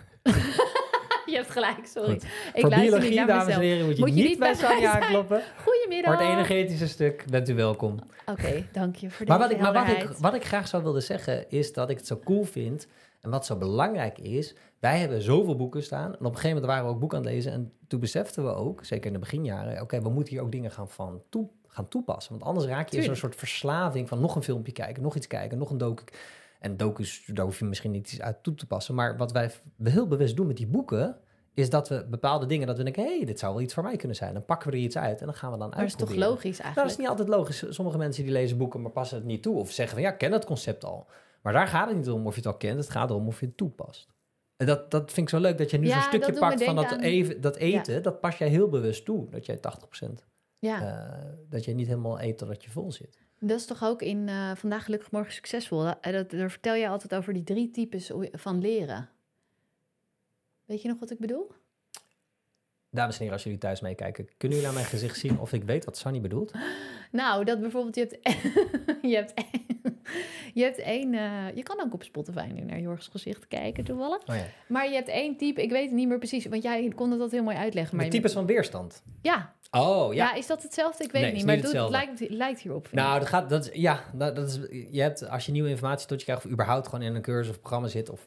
je hebt gelijk, sorry. Voor biologie, dames en heren, moet je niet bij Sanja aankloppen. Goedemiddag. Voor het energetische stuk bent u welkom. Oké, dank je voor deze Maar wat ik graag zou willen zeggen, is dat ik het zo cool vind... en wat zo belangrijk is... Wij hebben zoveel boeken staan. En op een gegeven moment waren we ook boeken aan het lezen... en toen beseften we ook, zeker in de beginjaren... oké, we moeten hier ook dingen gaan toepassen. Want anders raak je in zo'n soort verslaving... van nog een filmpje kijken, nog iets kijken, nog een docu... En docus, daar hoef je misschien niet iets uit toe te passen. Maar wat wij heel bewust doen met die boeken... is dat we bepaalde dingen, dat we denken... dit zou wel iets voor mij kunnen zijn. Dan pakken we er iets uit en dan gaan we dan uitproberen. Maar dat is toch logisch eigenlijk? Nou, dat is niet altijd logisch. Sommige mensen die lezen boeken, maar passen het niet toe. Of zeggen van, ik ken het concept al. Maar daar gaat het niet om of je het al kent. Het gaat erom of je het toepast. En dat vind ik zo leuk, dat je nu zo'n stukje pakt van dat eten. Dat pas jij heel bewust toe, dat jij 80%... dat je niet helemaal eet totdat je vol zit. Dat is toch ook in Vandaag Gelukkig Morgen Succesvol. Daar vertel je altijd over die 3 types van leren. Weet je nog wat ik bedoel? Dames en heren, als jullie thuis meekijken... kunnen jullie aan mijn gezicht zien of ik weet wat Sunny bedoelt? Nou, dat bijvoorbeeld je kan ook op Spotify nu naar Jorg's gezicht kijken toevallig. Oh ja. Maar je hebt 1 type, ik weet het niet meer precies... want jij kon het altijd heel mooi uitleggen. Maar de types van weerstand? Ja. Oh, ja. Ja, is dat hetzelfde? Ik weet het niet, maar het lijkt hierop. Nou, je hebt, als je nieuwe informatie tot je krijgt... of überhaupt gewoon in een cursus of programma zit... of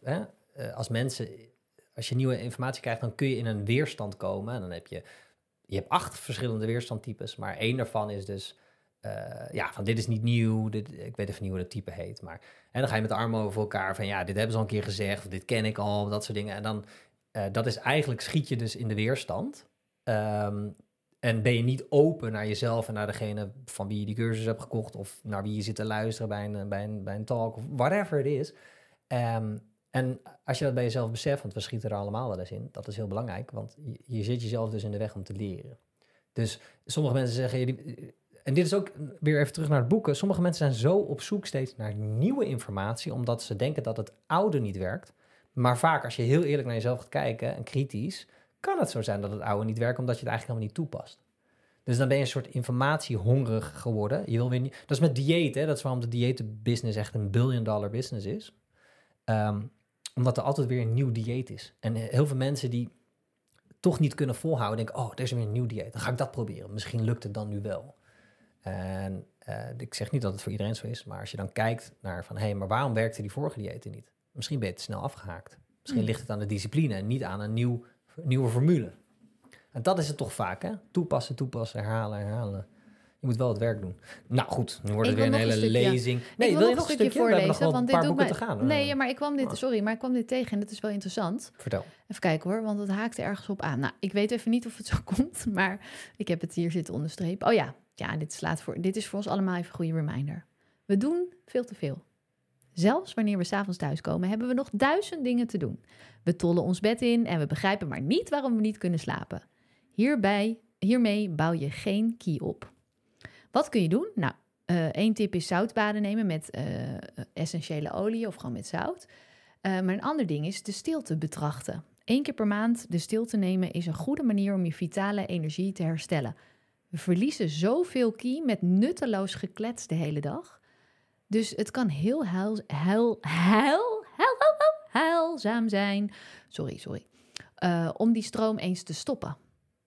als je nieuwe informatie krijgt... dan kun je in een weerstand komen. En dan heb je hebt 8 verschillende weerstandtypes... maar 1 daarvan is dus... van dit is niet nieuw, ik weet even niet hoe dat type heet. Maar, en dan ga je met de armen over elkaar van... dit hebben ze al een keer gezegd, of dit ken ik al, dat soort dingen. En dan, dat is eigenlijk, schiet je dus in de weerstand... En ben je niet open naar jezelf en naar degene van wie je die cursus hebt gekocht... of naar wie je zit te luisteren bij een talk of whatever het is. En als je dat bij jezelf beseft, want we schieten er allemaal wel eens in... dat is heel belangrijk, want je zit jezelf dus in de weg om te leren. Dus sommige mensen zeggen... En dit is ook weer even terug naar het boeken. Sommige mensen zijn zo op zoek steeds naar nieuwe informatie... omdat ze denken dat het oude niet werkt. Maar vaak, als je heel eerlijk naar jezelf gaat kijken en kritisch... kan het zo zijn dat het oude niet werkt... omdat je het eigenlijk helemaal niet toepast. Dus dan ben je een soort informatiehongerig geworden. Je wil weer niet... Dat is met dieet, hè? Dat is waarom de dieetbusiness echt een $1 billion business is. Omdat er altijd weer een nieuw dieet is. En heel veel mensen die toch niet kunnen volhouden... denken, er is weer een nieuw dieet. Dan ga ik dat proberen. Misschien lukt het dan nu wel. En ik zeg niet dat het voor iedereen zo is... maar als je dan kijkt naar van... maar waarom werkte die vorige diëten niet? Misschien ben je te snel afgehaakt. Misschien ligt het aan de discipline... en niet aan een nieuwe formule. En dat is het toch vaak, hè? Toepassen, herhalen. Je moet wel het werk doen. Nou goed, nu wordt het weer een hele lezing. Nee, wil je nog een stukje voorlezen? We hebben nog wel een paar boeken te gaan. Nee, maar ik kwam dit tegen en dat is wel interessant. Vertel. Even kijken hoor, want het haakte ergens op aan. Nou, ik weet even niet of het zo komt, maar ik heb het hier zitten onderstrepen. Oh ja, dit is voor ons allemaal even een goede reminder. We doen veel te veel. Zelfs wanneer we 's avonds thuiskomen, hebben we nog 1000 dingen te doen. We tollen ons bed in en we begrijpen maar niet waarom we niet kunnen slapen. Hiermee bouw je geen ki op. Wat kun je doen? Nou, 1 tip is zoutbaden nemen met essentiële olie of gewoon met zout. Maar een ander ding is de stilte betrachten. 1 keer per maand de stilte nemen is een goede manier om je vitale energie te herstellen. We verliezen zoveel ki met nutteloos geklets de hele dag. Dus het kan heel heilzaam zijn. Sorry. Om die stroom eens te stoppen.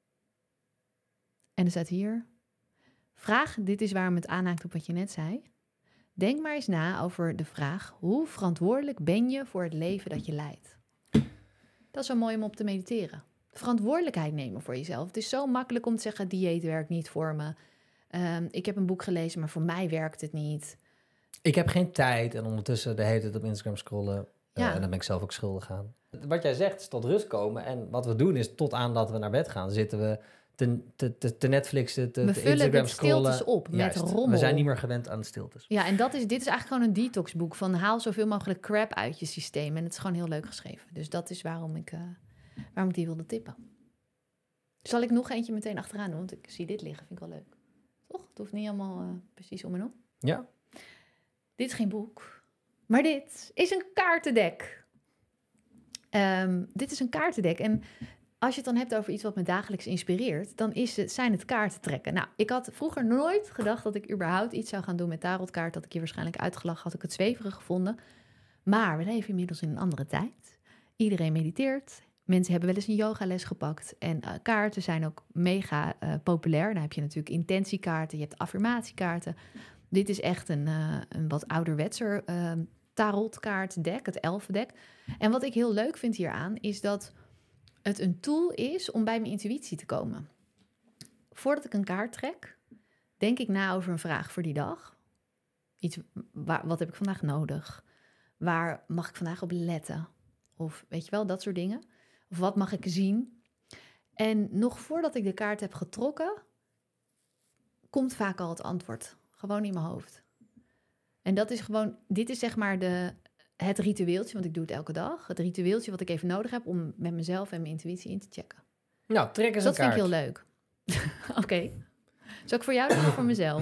En er staat hier... Vraag, dit is waarom het aanhaakt op wat je net zei. Denk maar eens na over de vraag... hoe verantwoordelijk ben je voor het leven dat je leidt? Dat is zo mooi om op te mediteren. Verantwoordelijkheid nemen voor jezelf. Het is zo makkelijk om te zeggen... dieet werkt niet voor me. Ik heb een boek gelezen, maar voor mij werkt het niet. Ik heb geen tijd en ondertussen de hele tijd op Instagram scrollen. Ja. En dan ben ik zelf ook schuldig aan. Wat jij zegt is tot rust komen. En wat we doen is tot aan dat we naar bed gaan... zitten we te Netflixen, te Instagram de scrollen. stiltes op met Juist. rommel. We zijn niet meer gewend aan stiltes. Ja, en dit is eigenlijk gewoon een detoxboek... van haal zoveel mogelijk crap uit je systeem. En het is gewoon heel leuk geschreven. Dus dat is waarom ik die wilde tippen. Zal ik nog eentje meteen achteraan doen? Want ik zie dit liggen, vind ik wel leuk. Toch? Het hoeft niet allemaal precies om en om. Ja. Dit is geen boek, maar dit is een kaartendek. Dit is een kaartendek. En als je het dan hebt over iets wat me dagelijks inspireert... dan zijn het kaarten trekken. Nou, ik had vroeger nooit gedacht dat ik überhaupt iets zou gaan doen met tarotkaart. Dat ik hier waarschijnlijk uitgelachen, had ik het zweverig gevonden. Maar we leven inmiddels in een andere tijd. Iedereen mediteert. Mensen hebben wel eens een yogales gepakt. En kaarten zijn ook mega populair. Dan heb je natuurlijk intentiekaarten, je hebt affirmatiekaarten. Dit is echt een wat ouderwetser tarotkaartdek, het elfendek. En wat ik heel leuk vind hieraan, is dat het een tool is om bij mijn intuïtie te komen. Voordat ik een kaart trek, denk ik na over een vraag voor die dag. Wat heb ik vandaag nodig? Waar mag ik vandaag op letten? Of weet je wel, dat soort dingen. Of wat mag ik zien? En nog voordat ik de kaart heb getrokken, komt vaak al het antwoord. Gewoon in mijn hoofd. En dat is gewoon, dit is zeg maar het ritueeltje, want ik doe het elke dag. Het ritueeltje wat ik even nodig heb om met mezelf en mijn intuïtie in te checken. Nou, trek eens Dus een kaart. dat vind ik heel leuk. Oké. Zal ik voor jou doen of voor mezelf?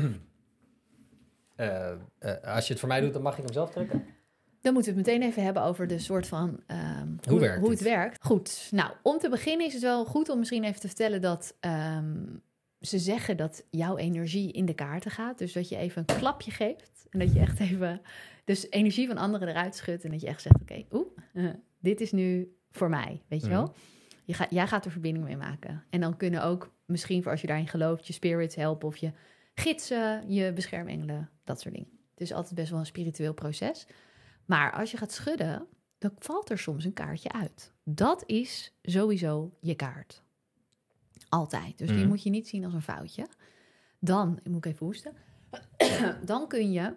Als je het voor mij doet, dan mag ik hem zelf trekken. Dan moeten we het meteen even hebben over de soort van hoe het werkt. Goed, nou, om te beginnen is het wel goed om misschien even te vertellen dat ze zeggen dat jouw energie in de kaarten gaat. Dus dat je even een klapje geeft en dat je echt even dus energie van anderen eruit schudt en dat je echt zegt, oké, dit is nu voor mij, weet je wel? Jij gaat er verbinding mee maken. En dan kunnen ook misschien voor als je daarin gelooft, je spirits helpen of je gidsen, je beschermengelen, dat soort dingen. Het is altijd best wel een spiritueel proces. Maar als je gaat schudden, dan valt er soms een kaartje uit. Dat is sowieso je kaart. Altijd. Dus die moet je niet zien als een foutje. Dan, moet ik even hoesten. Dan kun je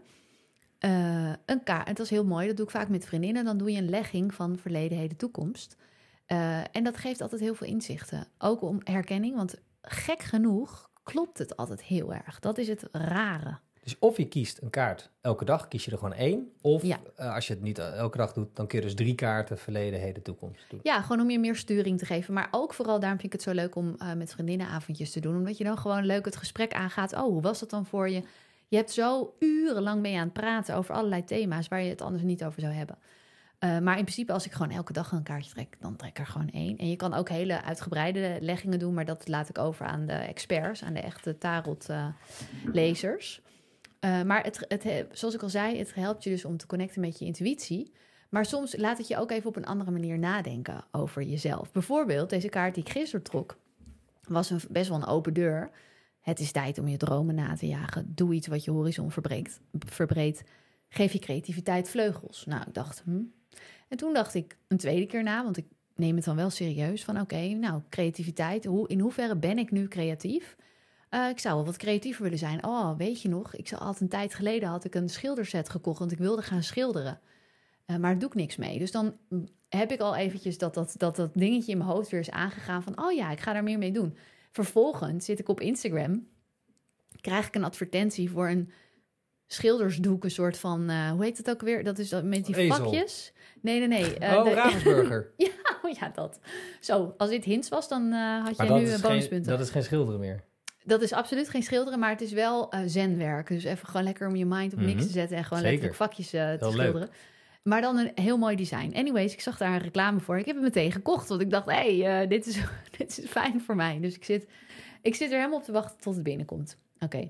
een kaart, en dat is heel mooi, dat doe ik vaak met vriendinnen. Dan doe je een legging van verleden, heden, toekomst. En dat geeft altijd heel veel inzichten. Ook om herkenning, want gek genoeg klopt het altijd heel erg. Dat is het rare. Dus of je kiest een kaart elke dag, kies je er gewoon 1. Of als je het niet elke dag doet, dan kun je dus 3 kaarten verleden, heden, toekomst doen. Ja, gewoon om je meer sturing te geven. Maar ook vooral, daarom vind ik het zo leuk om met vriendinnenavondjes te doen. Omdat je dan gewoon leuk het gesprek aangaat. Oh, hoe was dat dan voor je? Je hebt zo urenlang mee aan het praten over allerlei thema's waar je het anders niet over zou hebben. Maar in principe, als ik gewoon elke dag een kaartje trek, dan trek ik er gewoon 1. En je kan ook hele uitgebreide leggingen doen, maar dat laat ik over aan de experts, aan de echte tarotlezers. Maar zoals ik al zei, het helpt je dus om te connecten met je intuïtie. Maar soms laat het je ook even op een andere manier nadenken over jezelf. Bijvoorbeeld, deze kaart die ik gisteren trok, was best wel een open deur. Het is tijd om je dromen na te jagen. Doe iets wat je horizon verbreedt. Geef je creativiteit vleugels. Nou, ik dacht, En toen dacht ik een tweede keer na, want ik neem het dan wel serieus. Van oké, creativiteit. In hoeverre ben ik nu creatief? Ik zou wel wat creatiever willen zijn. Oh, weet je nog? Een tijd geleden had ik een schilderset gekocht, want ik wilde gaan schilderen. Maar daar doe ik niks mee. Dus dan heb ik al eventjes dat dingetje in mijn hoofd weer is aangegaan van, oh ja, ik ga daar meer mee doen. Vervolgens zit ik op Instagram, krijg ik een advertentie voor een schildersdoek, een soort van, hoe heet het ook weer? Dat is dat met die Ezel. Vakjes. Nee. Ravensburger. ja, dat. Zo, als dit hints was, dan had jij nu bonuspunten. Dat is geen schilderen meer. Dat is absoluut geen schilderen, maar het is wel zenwerk. Dus even gewoon lekker om je mind op niks te zetten en gewoon letterlijk vakjes te schilderen. Maar dan een heel mooi design. Anyways, ik zag daar een reclame voor. Ik heb hem meteen gekocht, want ik dacht, dit is fijn voor mij. Dus ik zit er helemaal op te wachten tot het binnenkomt. Oké.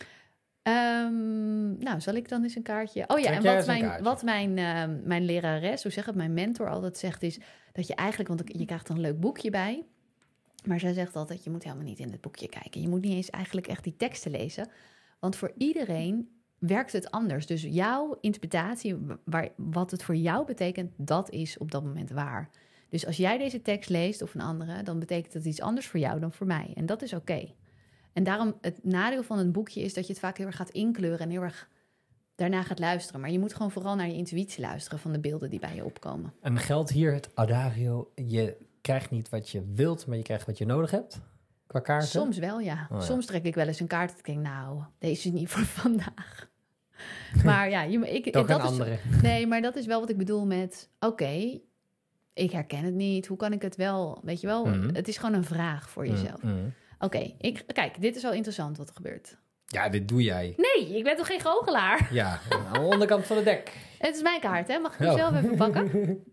Nou, zal ik dan eens een kaartje... Oh ja, en wat mijn lerares, hoe zeg het, mijn mentor altijd zegt is... dat je eigenlijk, want je krijgt er een leuk boekje bij... maar zij zegt altijd, je moet helemaal niet in het boekje kijken. Je moet niet eens eigenlijk echt die teksten lezen. Want voor iedereen werkt het anders. Dus jouw interpretatie, wat het voor jou betekent... dat is op dat moment waar. Dus als jij deze tekst leest of een andere... dan betekent het iets anders voor jou dan voor mij. En dat is oké. En daarom, het nadeel van een boekje is dat je het vaak heel erg gaat inkleuren... en heel erg daarna gaat luisteren. Maar je moet gewoon vooral naar je intuïtie luisteren... van de beelden die bij je opkomen. En geldt hier het adagio... je krijgt niet wat je wilt, maar je krijgt wat je nodig hebt? Qua kaarten? Soms wel, ja. Oh, ja. Soms trek ik wel eens een kaart en ik denk... nou, deze is niet voor vandaag. Maar ja, nee, maar dat is wel wat ik bedoel met... oké, ik herken het niet. Hoe kan ik het wel? Weet je wel, Het is gewoon een vraag voor jezelf. Oké, kijk, dit is wel interessant wat er gebeurt. Ja, dit doe jij. Nee, ik ben toch geen goochelaar? Ja, aan de onderkant van het dek. Het is mijn kaart, hè? Mag ik hem zelf even pakken?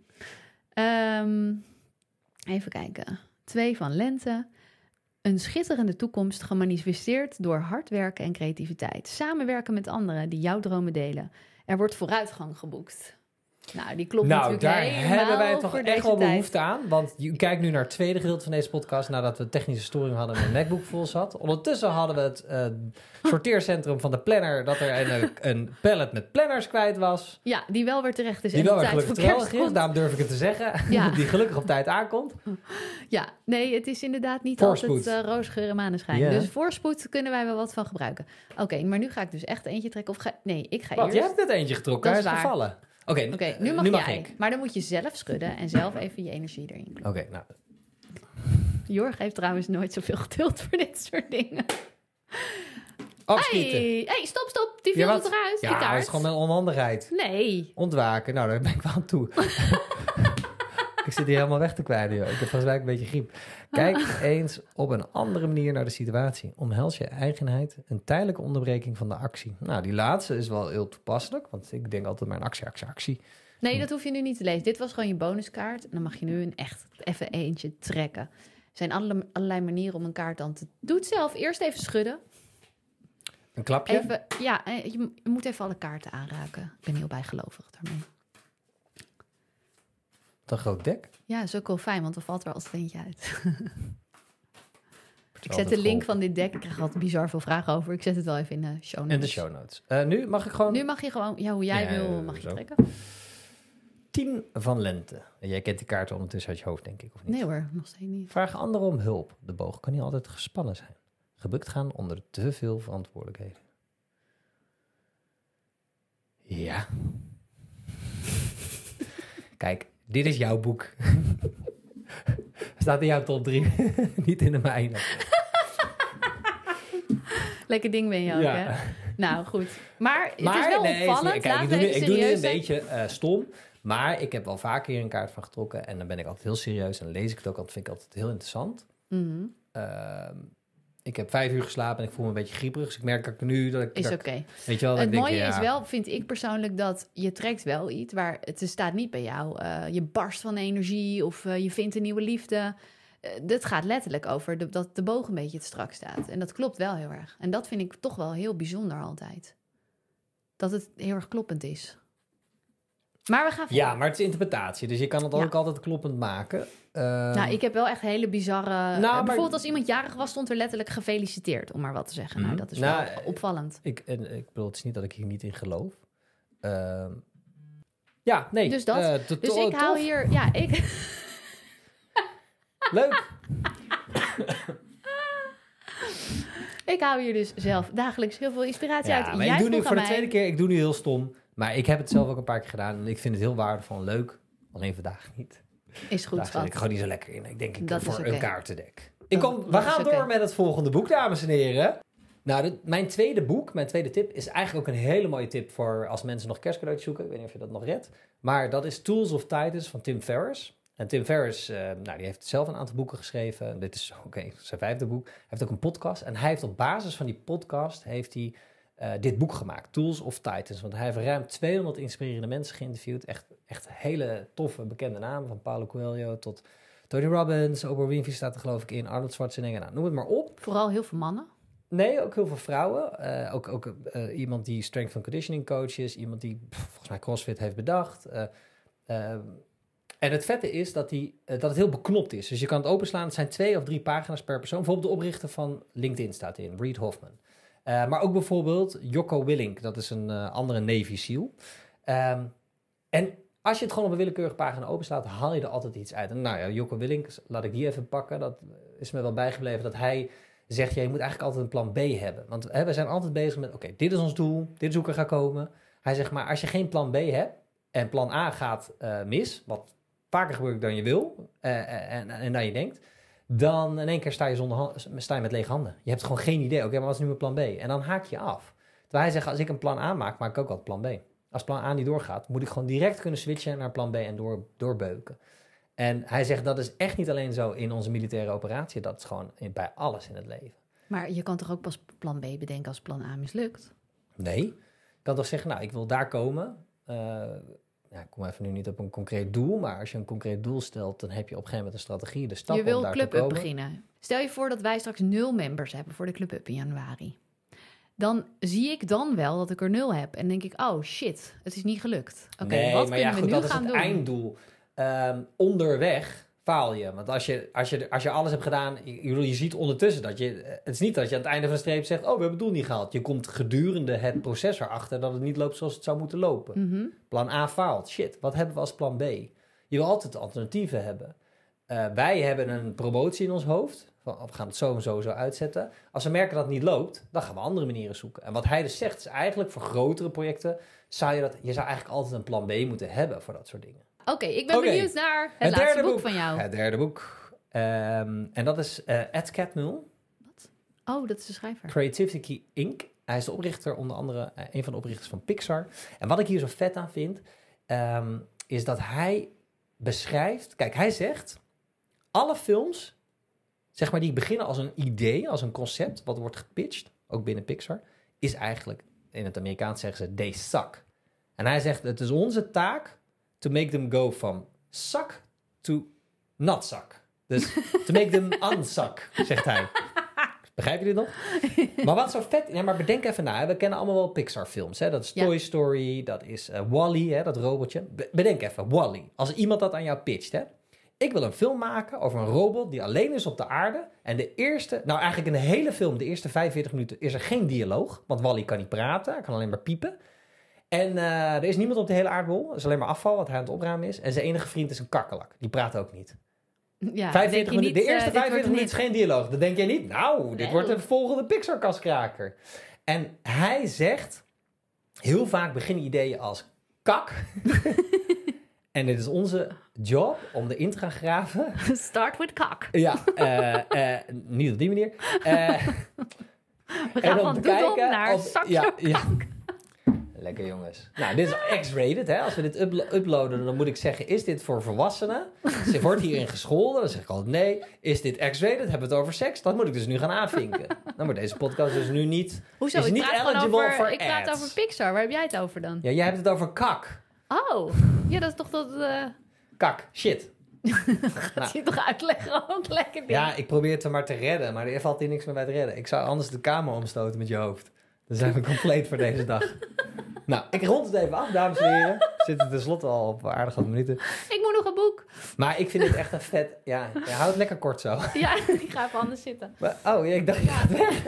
Even kijken. 2 van lente. Een schitterende toekomst gemanifesteerd door hard werken en creativiteit. Samenwerken met anderen die jouw dromen delen. Er wordt vooruitgang geboekt. Nou, die klopt natuurlijk helemaal. Nou, daar hebben wij toch echt wel behoefte tijd. aan. Want je kijkt nu naar het tweede gedeelte van deze podcast... nadat we technische storing hadden en mijn MacBook vol zat. Ondertussen hadden we het sorteercentrum van de planner... dat er een pallet met planners kwijt was. Ja, die wel weer terecht is. Die wel weer gelukkig terecht is, daarom durf ik het te zeggen. Ja. Die gelukkig op tijd aankomt. Ja, nee, het is inderdaad niet Voorspoed. altijd roosgeur en maneschijn. Yeah. Dus voorspoed kunnen wij wel wat van gebruiken. Oké, maar nu ga ik dus echt eentje trekken. Nee, ik ga Wat, eerst. je hebt net eentje getrokken, Dat hij is is waar. gevallen. Oké, nu mag jij. ik. Maar dan moet je zelf schudden en zelf even je energie erin doen. Oké, nou. Jorg heeft trouwens nooit zoveel geduld voor dit soort dingen. Afschieten. Hey, stop. Die viel er eruit, die Ja, kaart. dat is gewoon met onhandigheid. Nee. Ontwaken, nou, daar ben ik wel aan toe. Ik zit hier helemaal weg te kwijnen, joh. Ik heb volgens mij een beetje griep. Kijk eens op een andere manier naar de situatie. Omhels je eigenheid, een tijdelijke onderbreking van de actie. Nou, die laatste is wel heel toepasselijk, want ik denk altijd maar een actie. Nee, dat hoef je nu niet te lezen. Dit was gewoon je bonuskaart. En dan mag je nu even eentje trekken. Er zijn allerlei manieren om een kaart dan te... Doe het zelf. Eerst even schudden. Een klapje? Even, ja, je moet even alle kaarten aanraken. Ik ben heel bijgelovig daarmee. Een groot dek? Ja, dat is ook wel fijn, want er valt er altijd eentje uit. Ik zet de link van dit deck. Ik krijg altijd bizar veel vragen over. Ik zet het wel even in de show notes. In de show notes. Nu mag ik gewoon... Nu mag je gewoon, hoe jij wil, mag je trekken. 10 van lente. En jij kent die kaarten ondertussen uit je hoofd, denk ik, of niet? Nee hoor, nog steeds niet. Vraag anderen om hulp. De boog kan niet altijd gespannen zijn. Gebukt gaan onder te veel verantwoordelijkheden. Ja. Kijk, dit is jouw boek. Staat in jouw top 3. Niet in de mijne. Lekker ding ben je ook, Ja. hè? Nou, goed. Maar het is wel opvallend. Kijk, ik doe nu een beetje stom. Maar ik heb wel vaker hier een kaart van getrokken. En dan ben ik altijd heel serieus. En dan lees ik het ook altijd. Vind ik altijd heel interessant. Mm-hmm. Ik heb 5 uur geslapen en ik voel me een beetje grieperig. Dus ik merk dat ik nu... Is oké. Weet je wel, Het mooie is wel, vind ik persoonlijk, dat je trekt wel iets waar het staat niet bij jou. Je barst van energie of je vindt een nieuwe liefde. Dit gaat letterlijk over dat de boog een beetje te strak staat. En dat klopt wel heel erg. En dat vind ik toch wel heel bijzonder altijd. Dat het heel erg kloppend is. Maar we gaan verder. Ja, maar het is interpretatie. Dus je kan het ook altijd kloppend maken. Nou, ik heb wel echt hele bizarre... maar- bijvoorbeeld als iemand jarig was, stond er letterlijk gefeliciteerd, om maar wat te zeggen. Nou, dat is wel opvallend. Ik bedoel, het is niet dat ik hier niet in geloof. Ja, nee. Dus dat. Dus ik hou hier... Ja, ik... Leuk. Ik hou hier dus zelf dagelijks heel veel inspiratie uit. Maar Jij ik doe nu vroeg voor de aan tweede mij- keer, ik doe nu heel stom. Maar ik heb het zelf ook een paar keer gedaan. En ik vind het heel waardevol en leuk. Alleen vandaag niet. Is goed, Daar zit ik schat. gewoon niet zo lekker in. Ik denk, ik Dat voor is een oké. kaartendek. Dat We is gaan oké. door met het volgende boek, dames en heren. Nou, mijn tweede boek, mijn tweede tip, is eigenlijk ook een hele mooie tip voor als mensen nog kerstcadeautjes zoeken. Ik weet niet of je dat nog redt. Maar dat is Tools of Titus van Tim Ferriss. En Tim Ferriss, die heeft zelf een aantal boeken geschreven. Dit is zijn 5e boek. Hij heeft ook een podcast. En hij heeft op basis van die podcast dit boek gemaakt, Tools of Titans. Want hij heeft ruim 200 inspirerende mensen geïnterviewd. Echt hele toffe, bekende namen. Van Paulo Coelho tot Tony Robbins. Oprah Winfrey staat er geloof ik in. Arnold Schwarzenegger, nou, noem het maar op. Vooral heel veel mannen. Nee, ook heel veel vrouwen. Ook iemand die strength and conditioning coach is. Iemand die volgens mij CrossFit heeft bedacht. En het vette is dat het heel beknopt is. Dus je kan het openslaan. Het zijn 2 of 3 pagina's per persoon. Bijvoorbeeld de oprichter van LinkedIn staat in. Reid Hoffman. Maar ook bijvoorbeeld Jocko Willink. Dat is een andere Navy SEAL. En als je het gewoon op een willekeurige pagina openslaat, haal je er altijd iets uit. En nou ja, Jocko Willink, laat ik die even pakken. Dat is me wel bijgebleven dat hij zegt, je moet eigenlijk altijd een plan B hebben. Want we zijn altijd bezig met, oké, dit is ons doel, dit is hoe ik er ga komen. Hij zegt, maar als je geen plan B hebt en plan A gaat mis, wat vaker gebeurt dan je wil en dan je denkt, dan in één keer sta je met lege handen. Je hebt gewoon geen idee, oké, maar wat is nu mijn plan B? En dan haak je af. Terwijl hij zegt, als ik een plan A maak ik ook altijd plan B. Als plan A niet doorgaat, moet ik gewoon direct kunnen switchen naar plan B en doorbeuken. En hij zegt, dat is echt niet alleen zo in onze militaire operatie. Dat is gewoon bij alles in het leven. Maar je kan toch ook pas plan B bedenken als plan A mislukt? Nee. Je kan toch zeggen, nou, ik wil daar komen. Ik kom even nu niet op een concreet doel. Maar als je een concreet doel stelt, dan heb je op een gegeven moment een strategie. De stappen je om wil daar te Club Up komen. beginnen. Stel je voor dat wij straks 0 members hebben voor de Club Up in januari. Dan zie ik dan wel dat ik er 0 heb. En denk ik, oh shit, het is niet gelukt. Oké, wat kunnen we nu dat gaan is doen? het einddoel. Onderweg faal je. Want als je alles hebt gedaan, je ziet ondertussen dat het is niet dat je aan het einde van de streep zegt, oh, we hebben het doel niet gehaald. Je komt gedurende het proces erachter dat het niet loopt zoals het zou moeten lopen. Mm-hmm. Plan A faalt. Shit, wat hebben we als plan B? Je wil altijd alternatieven hebben. Wij hebben een promotie in ons hoofd. Van, we gaan het zo en zo uitzetten. Als we merken dat het niet loopt, dan gaan we andere manieren zoeken. En wat hij dus zegt, is eigenlijk voor grotere projecten, je zou eigenlijk altijd een plan B moeten hebben voor dat soort dingen. Oké, ik ben benieuwd naar het laatste boek van jou. Het derde boek. En dat is Ed Catmull. Wat? Oh, dat is de schrijver. Creativity Inc. Hij is de oprichter, onder andere een van de oprichters van Pixar. En wat ik hier zo vet aan vind, is dat hij beschrijft... Kijk, hij zegt, alle films, zeg maar, die beginnen als een idee, als een concept, wat wordt gepitcht, ook binnen Pixar, is eigenlijk, in het Amerikaans zeggen ze, they suck. En hij zegt, het is onze taak to make them go from suck to not suck. Dus to make them unsuck, zegt hij. Begrijp je dit nog? Maar wat zo vet... Ja, maar bedenk even na. We kennen allemaal wel Pixar-films. Hè? Dat is Toy Story, dat is Wall-E, dat robotje. Bedenk even, Wall-E. Als iemand dat aan jou pitcht, hè? Ik wil een film maken over een robot die alleen is op de aarde. En eigenlijk in de hele film, de eerste 45 minuten, is er geen dialoog. Want Wall-E kan niet praten, hij kan alleen maar piepen. En er is niemand op de hele aardbol. Er is alleen maar afval, wat hij aan het opruimen is. En zijn enige vriend is een kakkelak. Die praat ook niet. Ja, 45 minuten, de eerste 45 minuten is niet geen dialoog. Dan denk jij niet, nou, dit wordt een volgende Pixar-kaskraker. En hij zegt, heel vaak beginnen ideeën als kak. En het is onze job om erin te gaan graven. Start with kak. Ja, niet op die manier. We gaan van doedel naar zakje kak. Lekker jongens. Nou, dit is X-rated. Hè? Als we dit uploaden, dan moet ik zeggen, is dit voor volwassenen? Ze wordt hierin gescholden. Dan zeg ik altijd nee. Is dit X-rated? Hebben we het over seks? Dat moet ik dus nu gaan aanvinken. Dan wordt deze podcast dus nu niet... Hoezo? Is niet eligible for ik praat over Pixar. Waar heb jij het over dan? Ja, jij hebt het over kak. Oh, ja, dat is toch dat... Kak, shit. Gaat je toch uitleggen? Ook lekker ding. Ja, ik probeer het er maar te redden, maar er valt hier niks meer bij te redden. Ik zou anders de kamer omstoten met je hoofd. Dan zijn we compleet voor deze dag. Nou, ik rond het even af, dames en heren. We zitten tenslotte al op aardig wat minuten. Ik moet nog een boek. Maar ik vind het echt een vet... Ja, houd het lekker kort zo. Ja, ik ga even anders zitten. Maar, ik dacht, je gaat weg.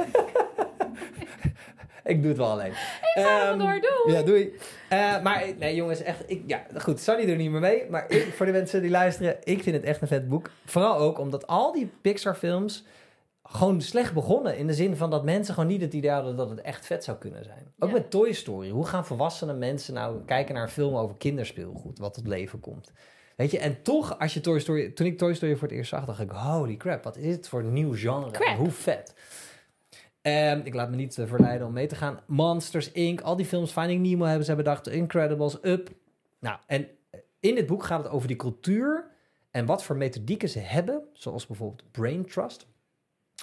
Ik doe het wel alleen. Ik ga even door, doei. Ja, doei. Maar nee, jongens, echt... Goed, Sunny doet niet meer mee. Maar voor de mensen die luisteren, ik vind het echt een vet boek. Vooral ook omdat al die Pixar-films gewoon slecht begonnen. In de zin van dat mensen gewoon niet het idee hadden dat het echt vet zou kunnen zijn. Ook met Toy Story. Hoe gaan volwassene mensen nou kijken naar een film over kinderspeelgoed, wat tot leven komt? Weet je, en toch, als je toen ik Toy Story voor het eerst zag, dacht ik, holy crap, wat is het voor een nieuw genre? Hoe vet. Ik laat me niet verleiden om mee te gaan. Monsters, Inc., al die films, Finding Nemo hebben ze bedacht, Incredibles, Up. Nou, en in dit boek gaat het over die cultuur en wat voor methodieken ze hebben, zoals bijvoorbeeld Brain Trust.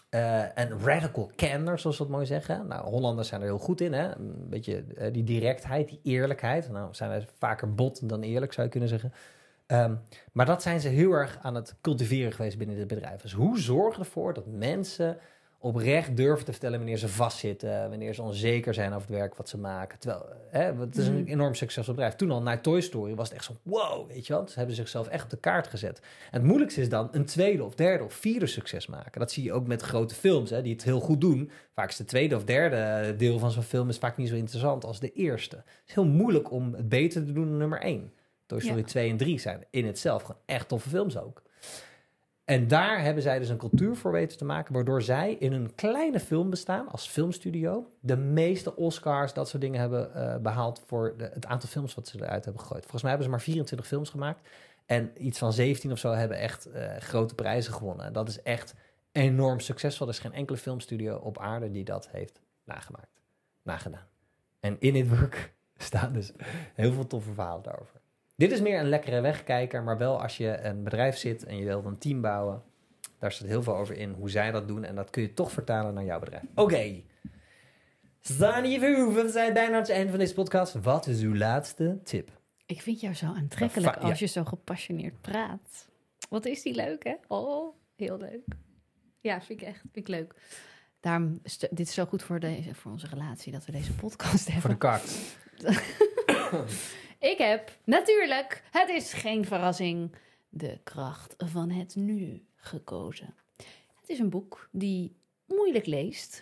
En radical candor, zoals we dat mooi zeggen. Nou, Hollanders zijn er heel goed in, hè. Een beetje die directheid, die eerlijkheid. Nou, zijn wij vaker bot dan eerlijk, zou je kunnen zeggen. Maar dat zijn ze heel erg aan het cultiveren geweest binnen dit bedrijf. Dus hoe zorg je ervoor dat mensen oprecht durven te vertellen wanneer ze vastzitten, wanneer ze onzeker zijn over het werk wat ze maken. Terwijl, het is een enorm succesvol bedrijf. Toen al naar Toy Story was het echt zo, wow, weet je wel. Ze hebben zichzelf echt op de kaart gezet. En het moeilijkste is dan een tweede of derde of vierde succes maken. Dat zie je ook met grote films, hè, die het heel goed doen. Vaak is de tweede of derde deel van zo'n film is vaak niet zo interessant als de eerste. Het is heel moeilijk om het beter te doen dan nummer 1. Toy Story 2 en 3 zijn in het zelf gewoon echt toffe films ook. En daar hebben zij dus een cultuur voor weten te maken, waardoor zij in een kleine film bestaan, als filmstudio, de meeste Oscars, dat soort dingen hebben behaald voor het aantal films wat ze eruit hebben gegooid. Volgens mij hebben ze maar 24 films gemaakt en iets van 17 of zo hebben echt grote prijzen gewonnen. En dat is echt enorm succesvol. Er is geen enkele filmstudio op aarde die dat heeft nagedaan. En in dit boek staan dus heel veel toffe verhalen daarover. Dit is meer een lekkere wegkijker, maar wel als je een bedrijf zit en je wilt een team bouwen. Daar staat heel veel over in, hoe zij dat doen. En dat kun je toch vertalen naar jouw bedrijf. Oké. Sani Verhoeven, we zijn bijna aan het einde van deze podcast. Wat is uw laatste tip? Ik vind jou zo aantrekkelijk als je zo gepassioneerd praat. Wat is die leuk, hè? Oh, heel leuk. Ja, vind ik leuk. Daarom, dit is zo goed voor onze relatie, dat we deze podcast hebben. Voor de kaart. Ik heb natuurlijk, het is geen verrassing, De kracht van het nu gekozen. Het is een boek die moeilijk leest.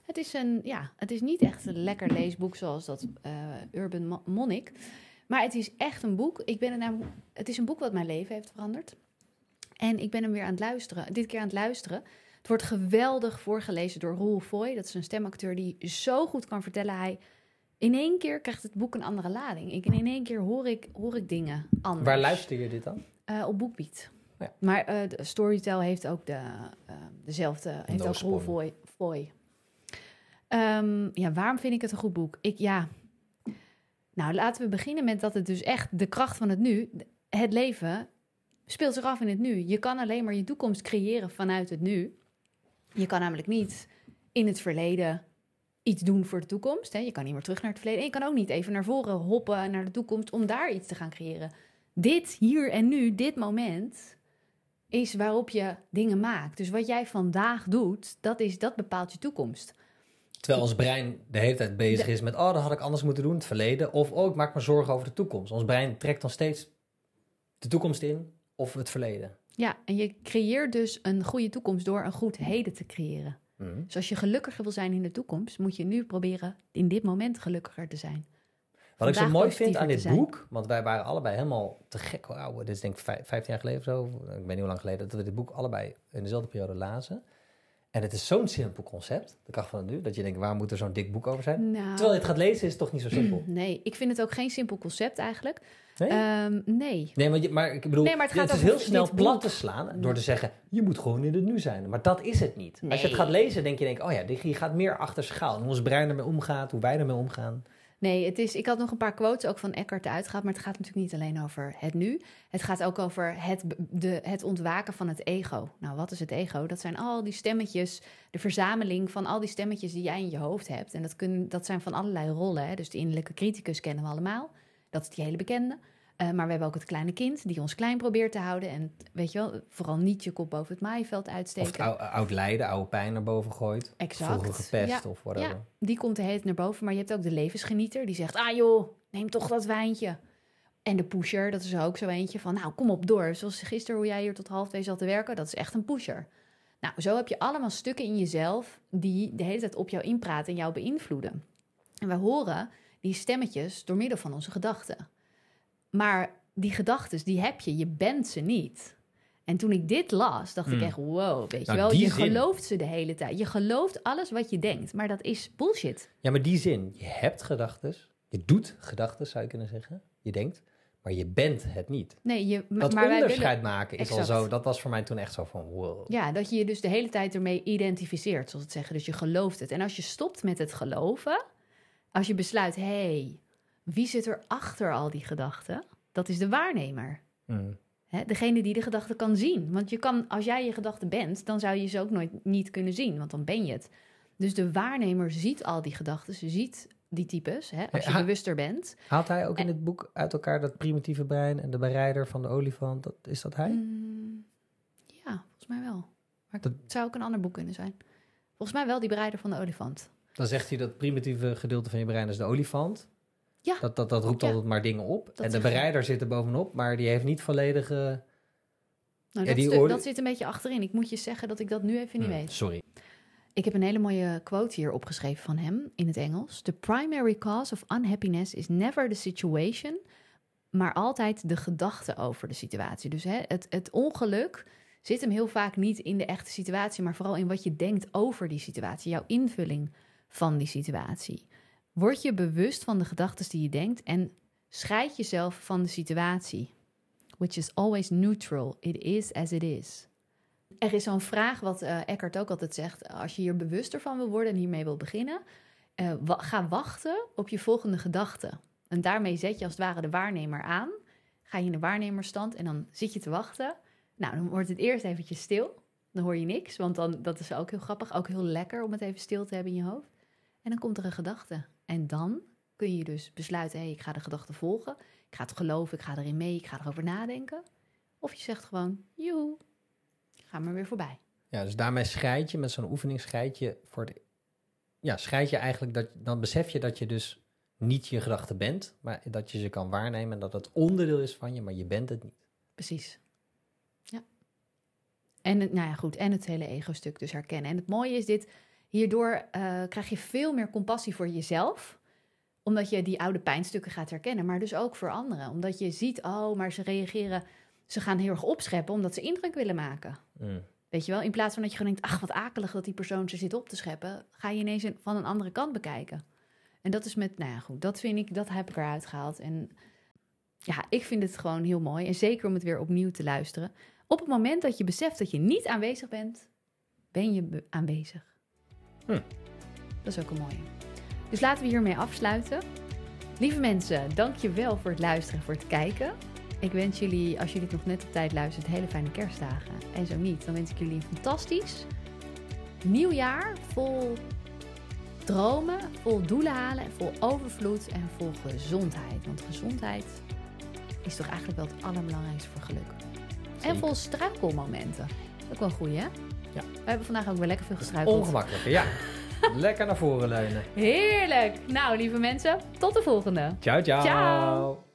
Het is niet echt een lekker leesboek zoals dat Urban Monnik. Maar het is echt een boek. Het is een boek wat mijn leven heeft veranderd. En ik ben hem weer aan het luisteren. Dit keer aan het luisteren. Het wordt geweldig voorgelezen door Roel Foy. Dat is een stemacteur die zo goed kan vertellen. In één keer krijgt het boek een andere lading. In één keer hoor ik dingen anders. Waar luister je dit dan? Op BookBeat. Ja. Maar Storytel heeft ook dezelfde. Heeft ook Roel Foy. Waarom vind ik het een goed boek? Nou, laten we beginnen met dat het dus echt de kracht van het nu. Het leven speelt zich af in het nu. Je kan alleen maar je toekomst creëren vanuit het nu. Je kan namelijk niet in het verleden iets doen voor de toekomst. Hè? Je kan niet meer terug naar het verleden. En je kan ook niet even naar voren hoppen naar de toekomst om daar iets te gaan creëren. Dit, hier en nu, dit moment is waarop je dingen maakt. Dus wat jij vandaag doet, dat bepaalt je toekomst. Terwijl ons brein de hele tijd bezig is met, dat had ik anders moeten doen, het verleden. Of, ik maak me zorgen over de toekomst. Ons brein trekt dan steeds de toekomst in of het verleden. Ja, en je creëert dus een goede toekomst door een goed heden te creëren. Mm. Dus als je gelukkiger wil zijn in de toekomst, moet je nu proberen in dit moment gelukkiger te zijn. Wat ik zo mooi vind aan dit boek, want wij waren allebei helemaal te gek. Dit is denk ik 15 jaar geleden of zo. Ik weet niet hoe lang geleden dat we dit boek allebei in dezelfde periode lazen. En het is zo'n simpel concept, de kracht van het nu, dat je denkt, waar moet er zo'n dik boek over zijn? Nou, Terwijl je het gaat lezen, is het toch niet zo simpel? Nee, ik vind het ook geen simpel concept eigenlijk. Nee? Nee, maar ik bedoel, maar het is heel snel plat te slaan door te zeggen, je moet gewoon in het nu zijn. Maar dat is het niet. Nee. Als je het gaat lezen, denk je, je gaat meer achter schaal. En hoe ons brein ermee omgaat, hoe wij ermee omgaan. Nee, ik had nog een paar quotes ook van Eckhart uitgehaald, maar het gaat natuurlijk niet alleen over het nu. Het gaat ook over het ontwaken van het ego. Nou, wat is het ego? Dat zijn al die stemmetjes, de verzameling van al die stemmetjes die jij in je hoofd hebt. En dat zijn van allerlei rollen. Hè? Dus de innerlijke criticus kennen we allemaal. Dat is die hele bekende. Maar we hebben ook het kleine kind die ons klein probeert te houden. En weet je wel, vooral niet je kop boven het maaiveld uitsteken. Of oud lijden, oude pijn naar boven gooit. Exact. Vroeger gepest of whatever. Ja, die komt de hele tijd naar boven. Maar je hebt ook de levensgenieter die zegt, joh, neem toch dat wijntje. En de pusher, dat is ook zo eentje van, nou, kom op door. Zoals gisteren hoe jij hier tot 1:30 zat te werken, dat is echt een pusher. Nou, zo heb je allemaal stukken in jezelf die de hele tijd op jou inpraten en jou beïnvloeden. En wij horen die stemmetjes door middel van onze gedachten. Maar die gedachten, die heb je bent ze niet. En toen ik dit las, dacht ik echt, wow, weet je wel. Je gelooft ze de hele tijd. Je gelooft alles wat je denkt, maar dat is bullshit. Ja, maar die zin, je hebt gedachten, je doet gedachten, zou je kunnen zeggen. Je denkt, maar je bent het niet. Nee, dat maar onderscheid maken is exact. al zo, dat was voor mij toen echt zo van, wow. Ja, dat je je dus de hele tijd ermee identificeert, zoals het zeggen. Dus je gelooft het. En als je stopt met het geloven, als je besluit, wie zit er achter al die gedachten? Dat is de waarnemer. Degene die de gedachte kan zien. Want als jij je gedachte bent, dan zou je ze ook nooit niet kunnen zien, want dan ben je het. Dus de waarnemer ziet al die gedachten, ze ziet die types, als je bewuster bent. Haalt hij ook in het boek uit elkaar dat primitieve brein en de berijder van de olifant? Is dat hij? Ja, volgens mij wel. Maar het zou ook een ander boek kunnen zijn. Volgens mij wel die berijder van de olifant. Dan zegt hij dat primitieve gedeelte van je brein is de olifant. Ja. Dat roept altijd maar dingen op. En de berijder zit er bovenop, maar die heeft niet volledige... Dat zit een beetje achterin. Ik moet je zeggen dat ik dat nu even niet weet. Sorry. Ik heb een hele mooie quote hier opgeschreven van hem in het Engels. The primary cause of unhappiness is never the situation, maar altijd de gedachte over de situatie. Dus het ongeluk zit hem heel vaak niet in de echte situatie, maar vooral in wat je denkt over die situatie, jouw invulling van die situatie. Word je bewust van de gedachten die je denkt en scheid jezelf van de situatie. Which is always neutral. It is as it is. Er is zo'n vraag wat Eckhart ook altijd zegt. Als je hier bewuster van wil worden en hiermee wil beginnen, ga wachten op je volgende gedachte. En daarmee zet je als het ware de waarnemer aan. Ga je in de waarnemerstand en dan zit je te wachten. Nou, dan wordt het eerst eventjes stil. Dan hoor je niks, want dat is ook heel grappig. Ook heel lekker om het even stil te hebben in je hoofd. En dan komt er een gedachte. En dan kun je dus besluiten, ik ga de gedachte volgen. Ik ga het geloven, ik ga erin mee, ik ga erover nadenken. Of je zegt gewoon, joe, ga maar weer voorbij. Ja, dus daarmee scheid je, met zo'n oefening scheid je scheid je eigenlijk, dan besef je dat je dus niet je gedachte bent, maar dat je ze kan waarnemen en dat het onderdeel is van je, maar je bent het niet. Precies. Ja. En het hele ego-stuk dus herkennen. En het mooie is dit, hierdoor krijg je veel meer compassie voor jezelf, omdat je die oude pijnstukken gaat herkennen, maar dus ook voor anderen. Omdat je ziet, maar ze reageren, ze gaan heel erg opscheppen omdat ze indruk willen maken. Weet je wel, in plaats van dat je gewoon denkt, wat akelig dat die persoon ze zit op te scheppen, ga je ineens van een andere kant bekijken. En dat is dat heb ik eruit gehaald. En ja, ik vind het gewoon heel mooi. En zeker om het weer opnieuw te luisteren. Op het moment dat je beseft dat je niet aanwezig bent, ben je aanwezig. Dat is ook een mooie. Dus laten we hiermee afsluiten. Lieve mensen, dank je wel voor het luisteren en voor het kijken. Ik wens jullie, als jullie het nog net op tijd luistert, hele fijne kerstdagen. En zo niet, dan wens ik jullie een fantastisch nieuw jaar vol dromen, vol doelen halen en vol overvloed en vol gezondheid. Want gezondheid is toch eigenlijk wel het allerbelangrijkste voor geluk. Zeker. En vol struikelmomenten. Ook wel goed, hè? Ja. We hebben vandaag ook weer lekker veel gestruikeld. Ongemakkelijk, ja. Lekker naar voren leunen. Heerlijk. Nou, lieve mensen, tot de volgende. Ciao, ciao. Ciao.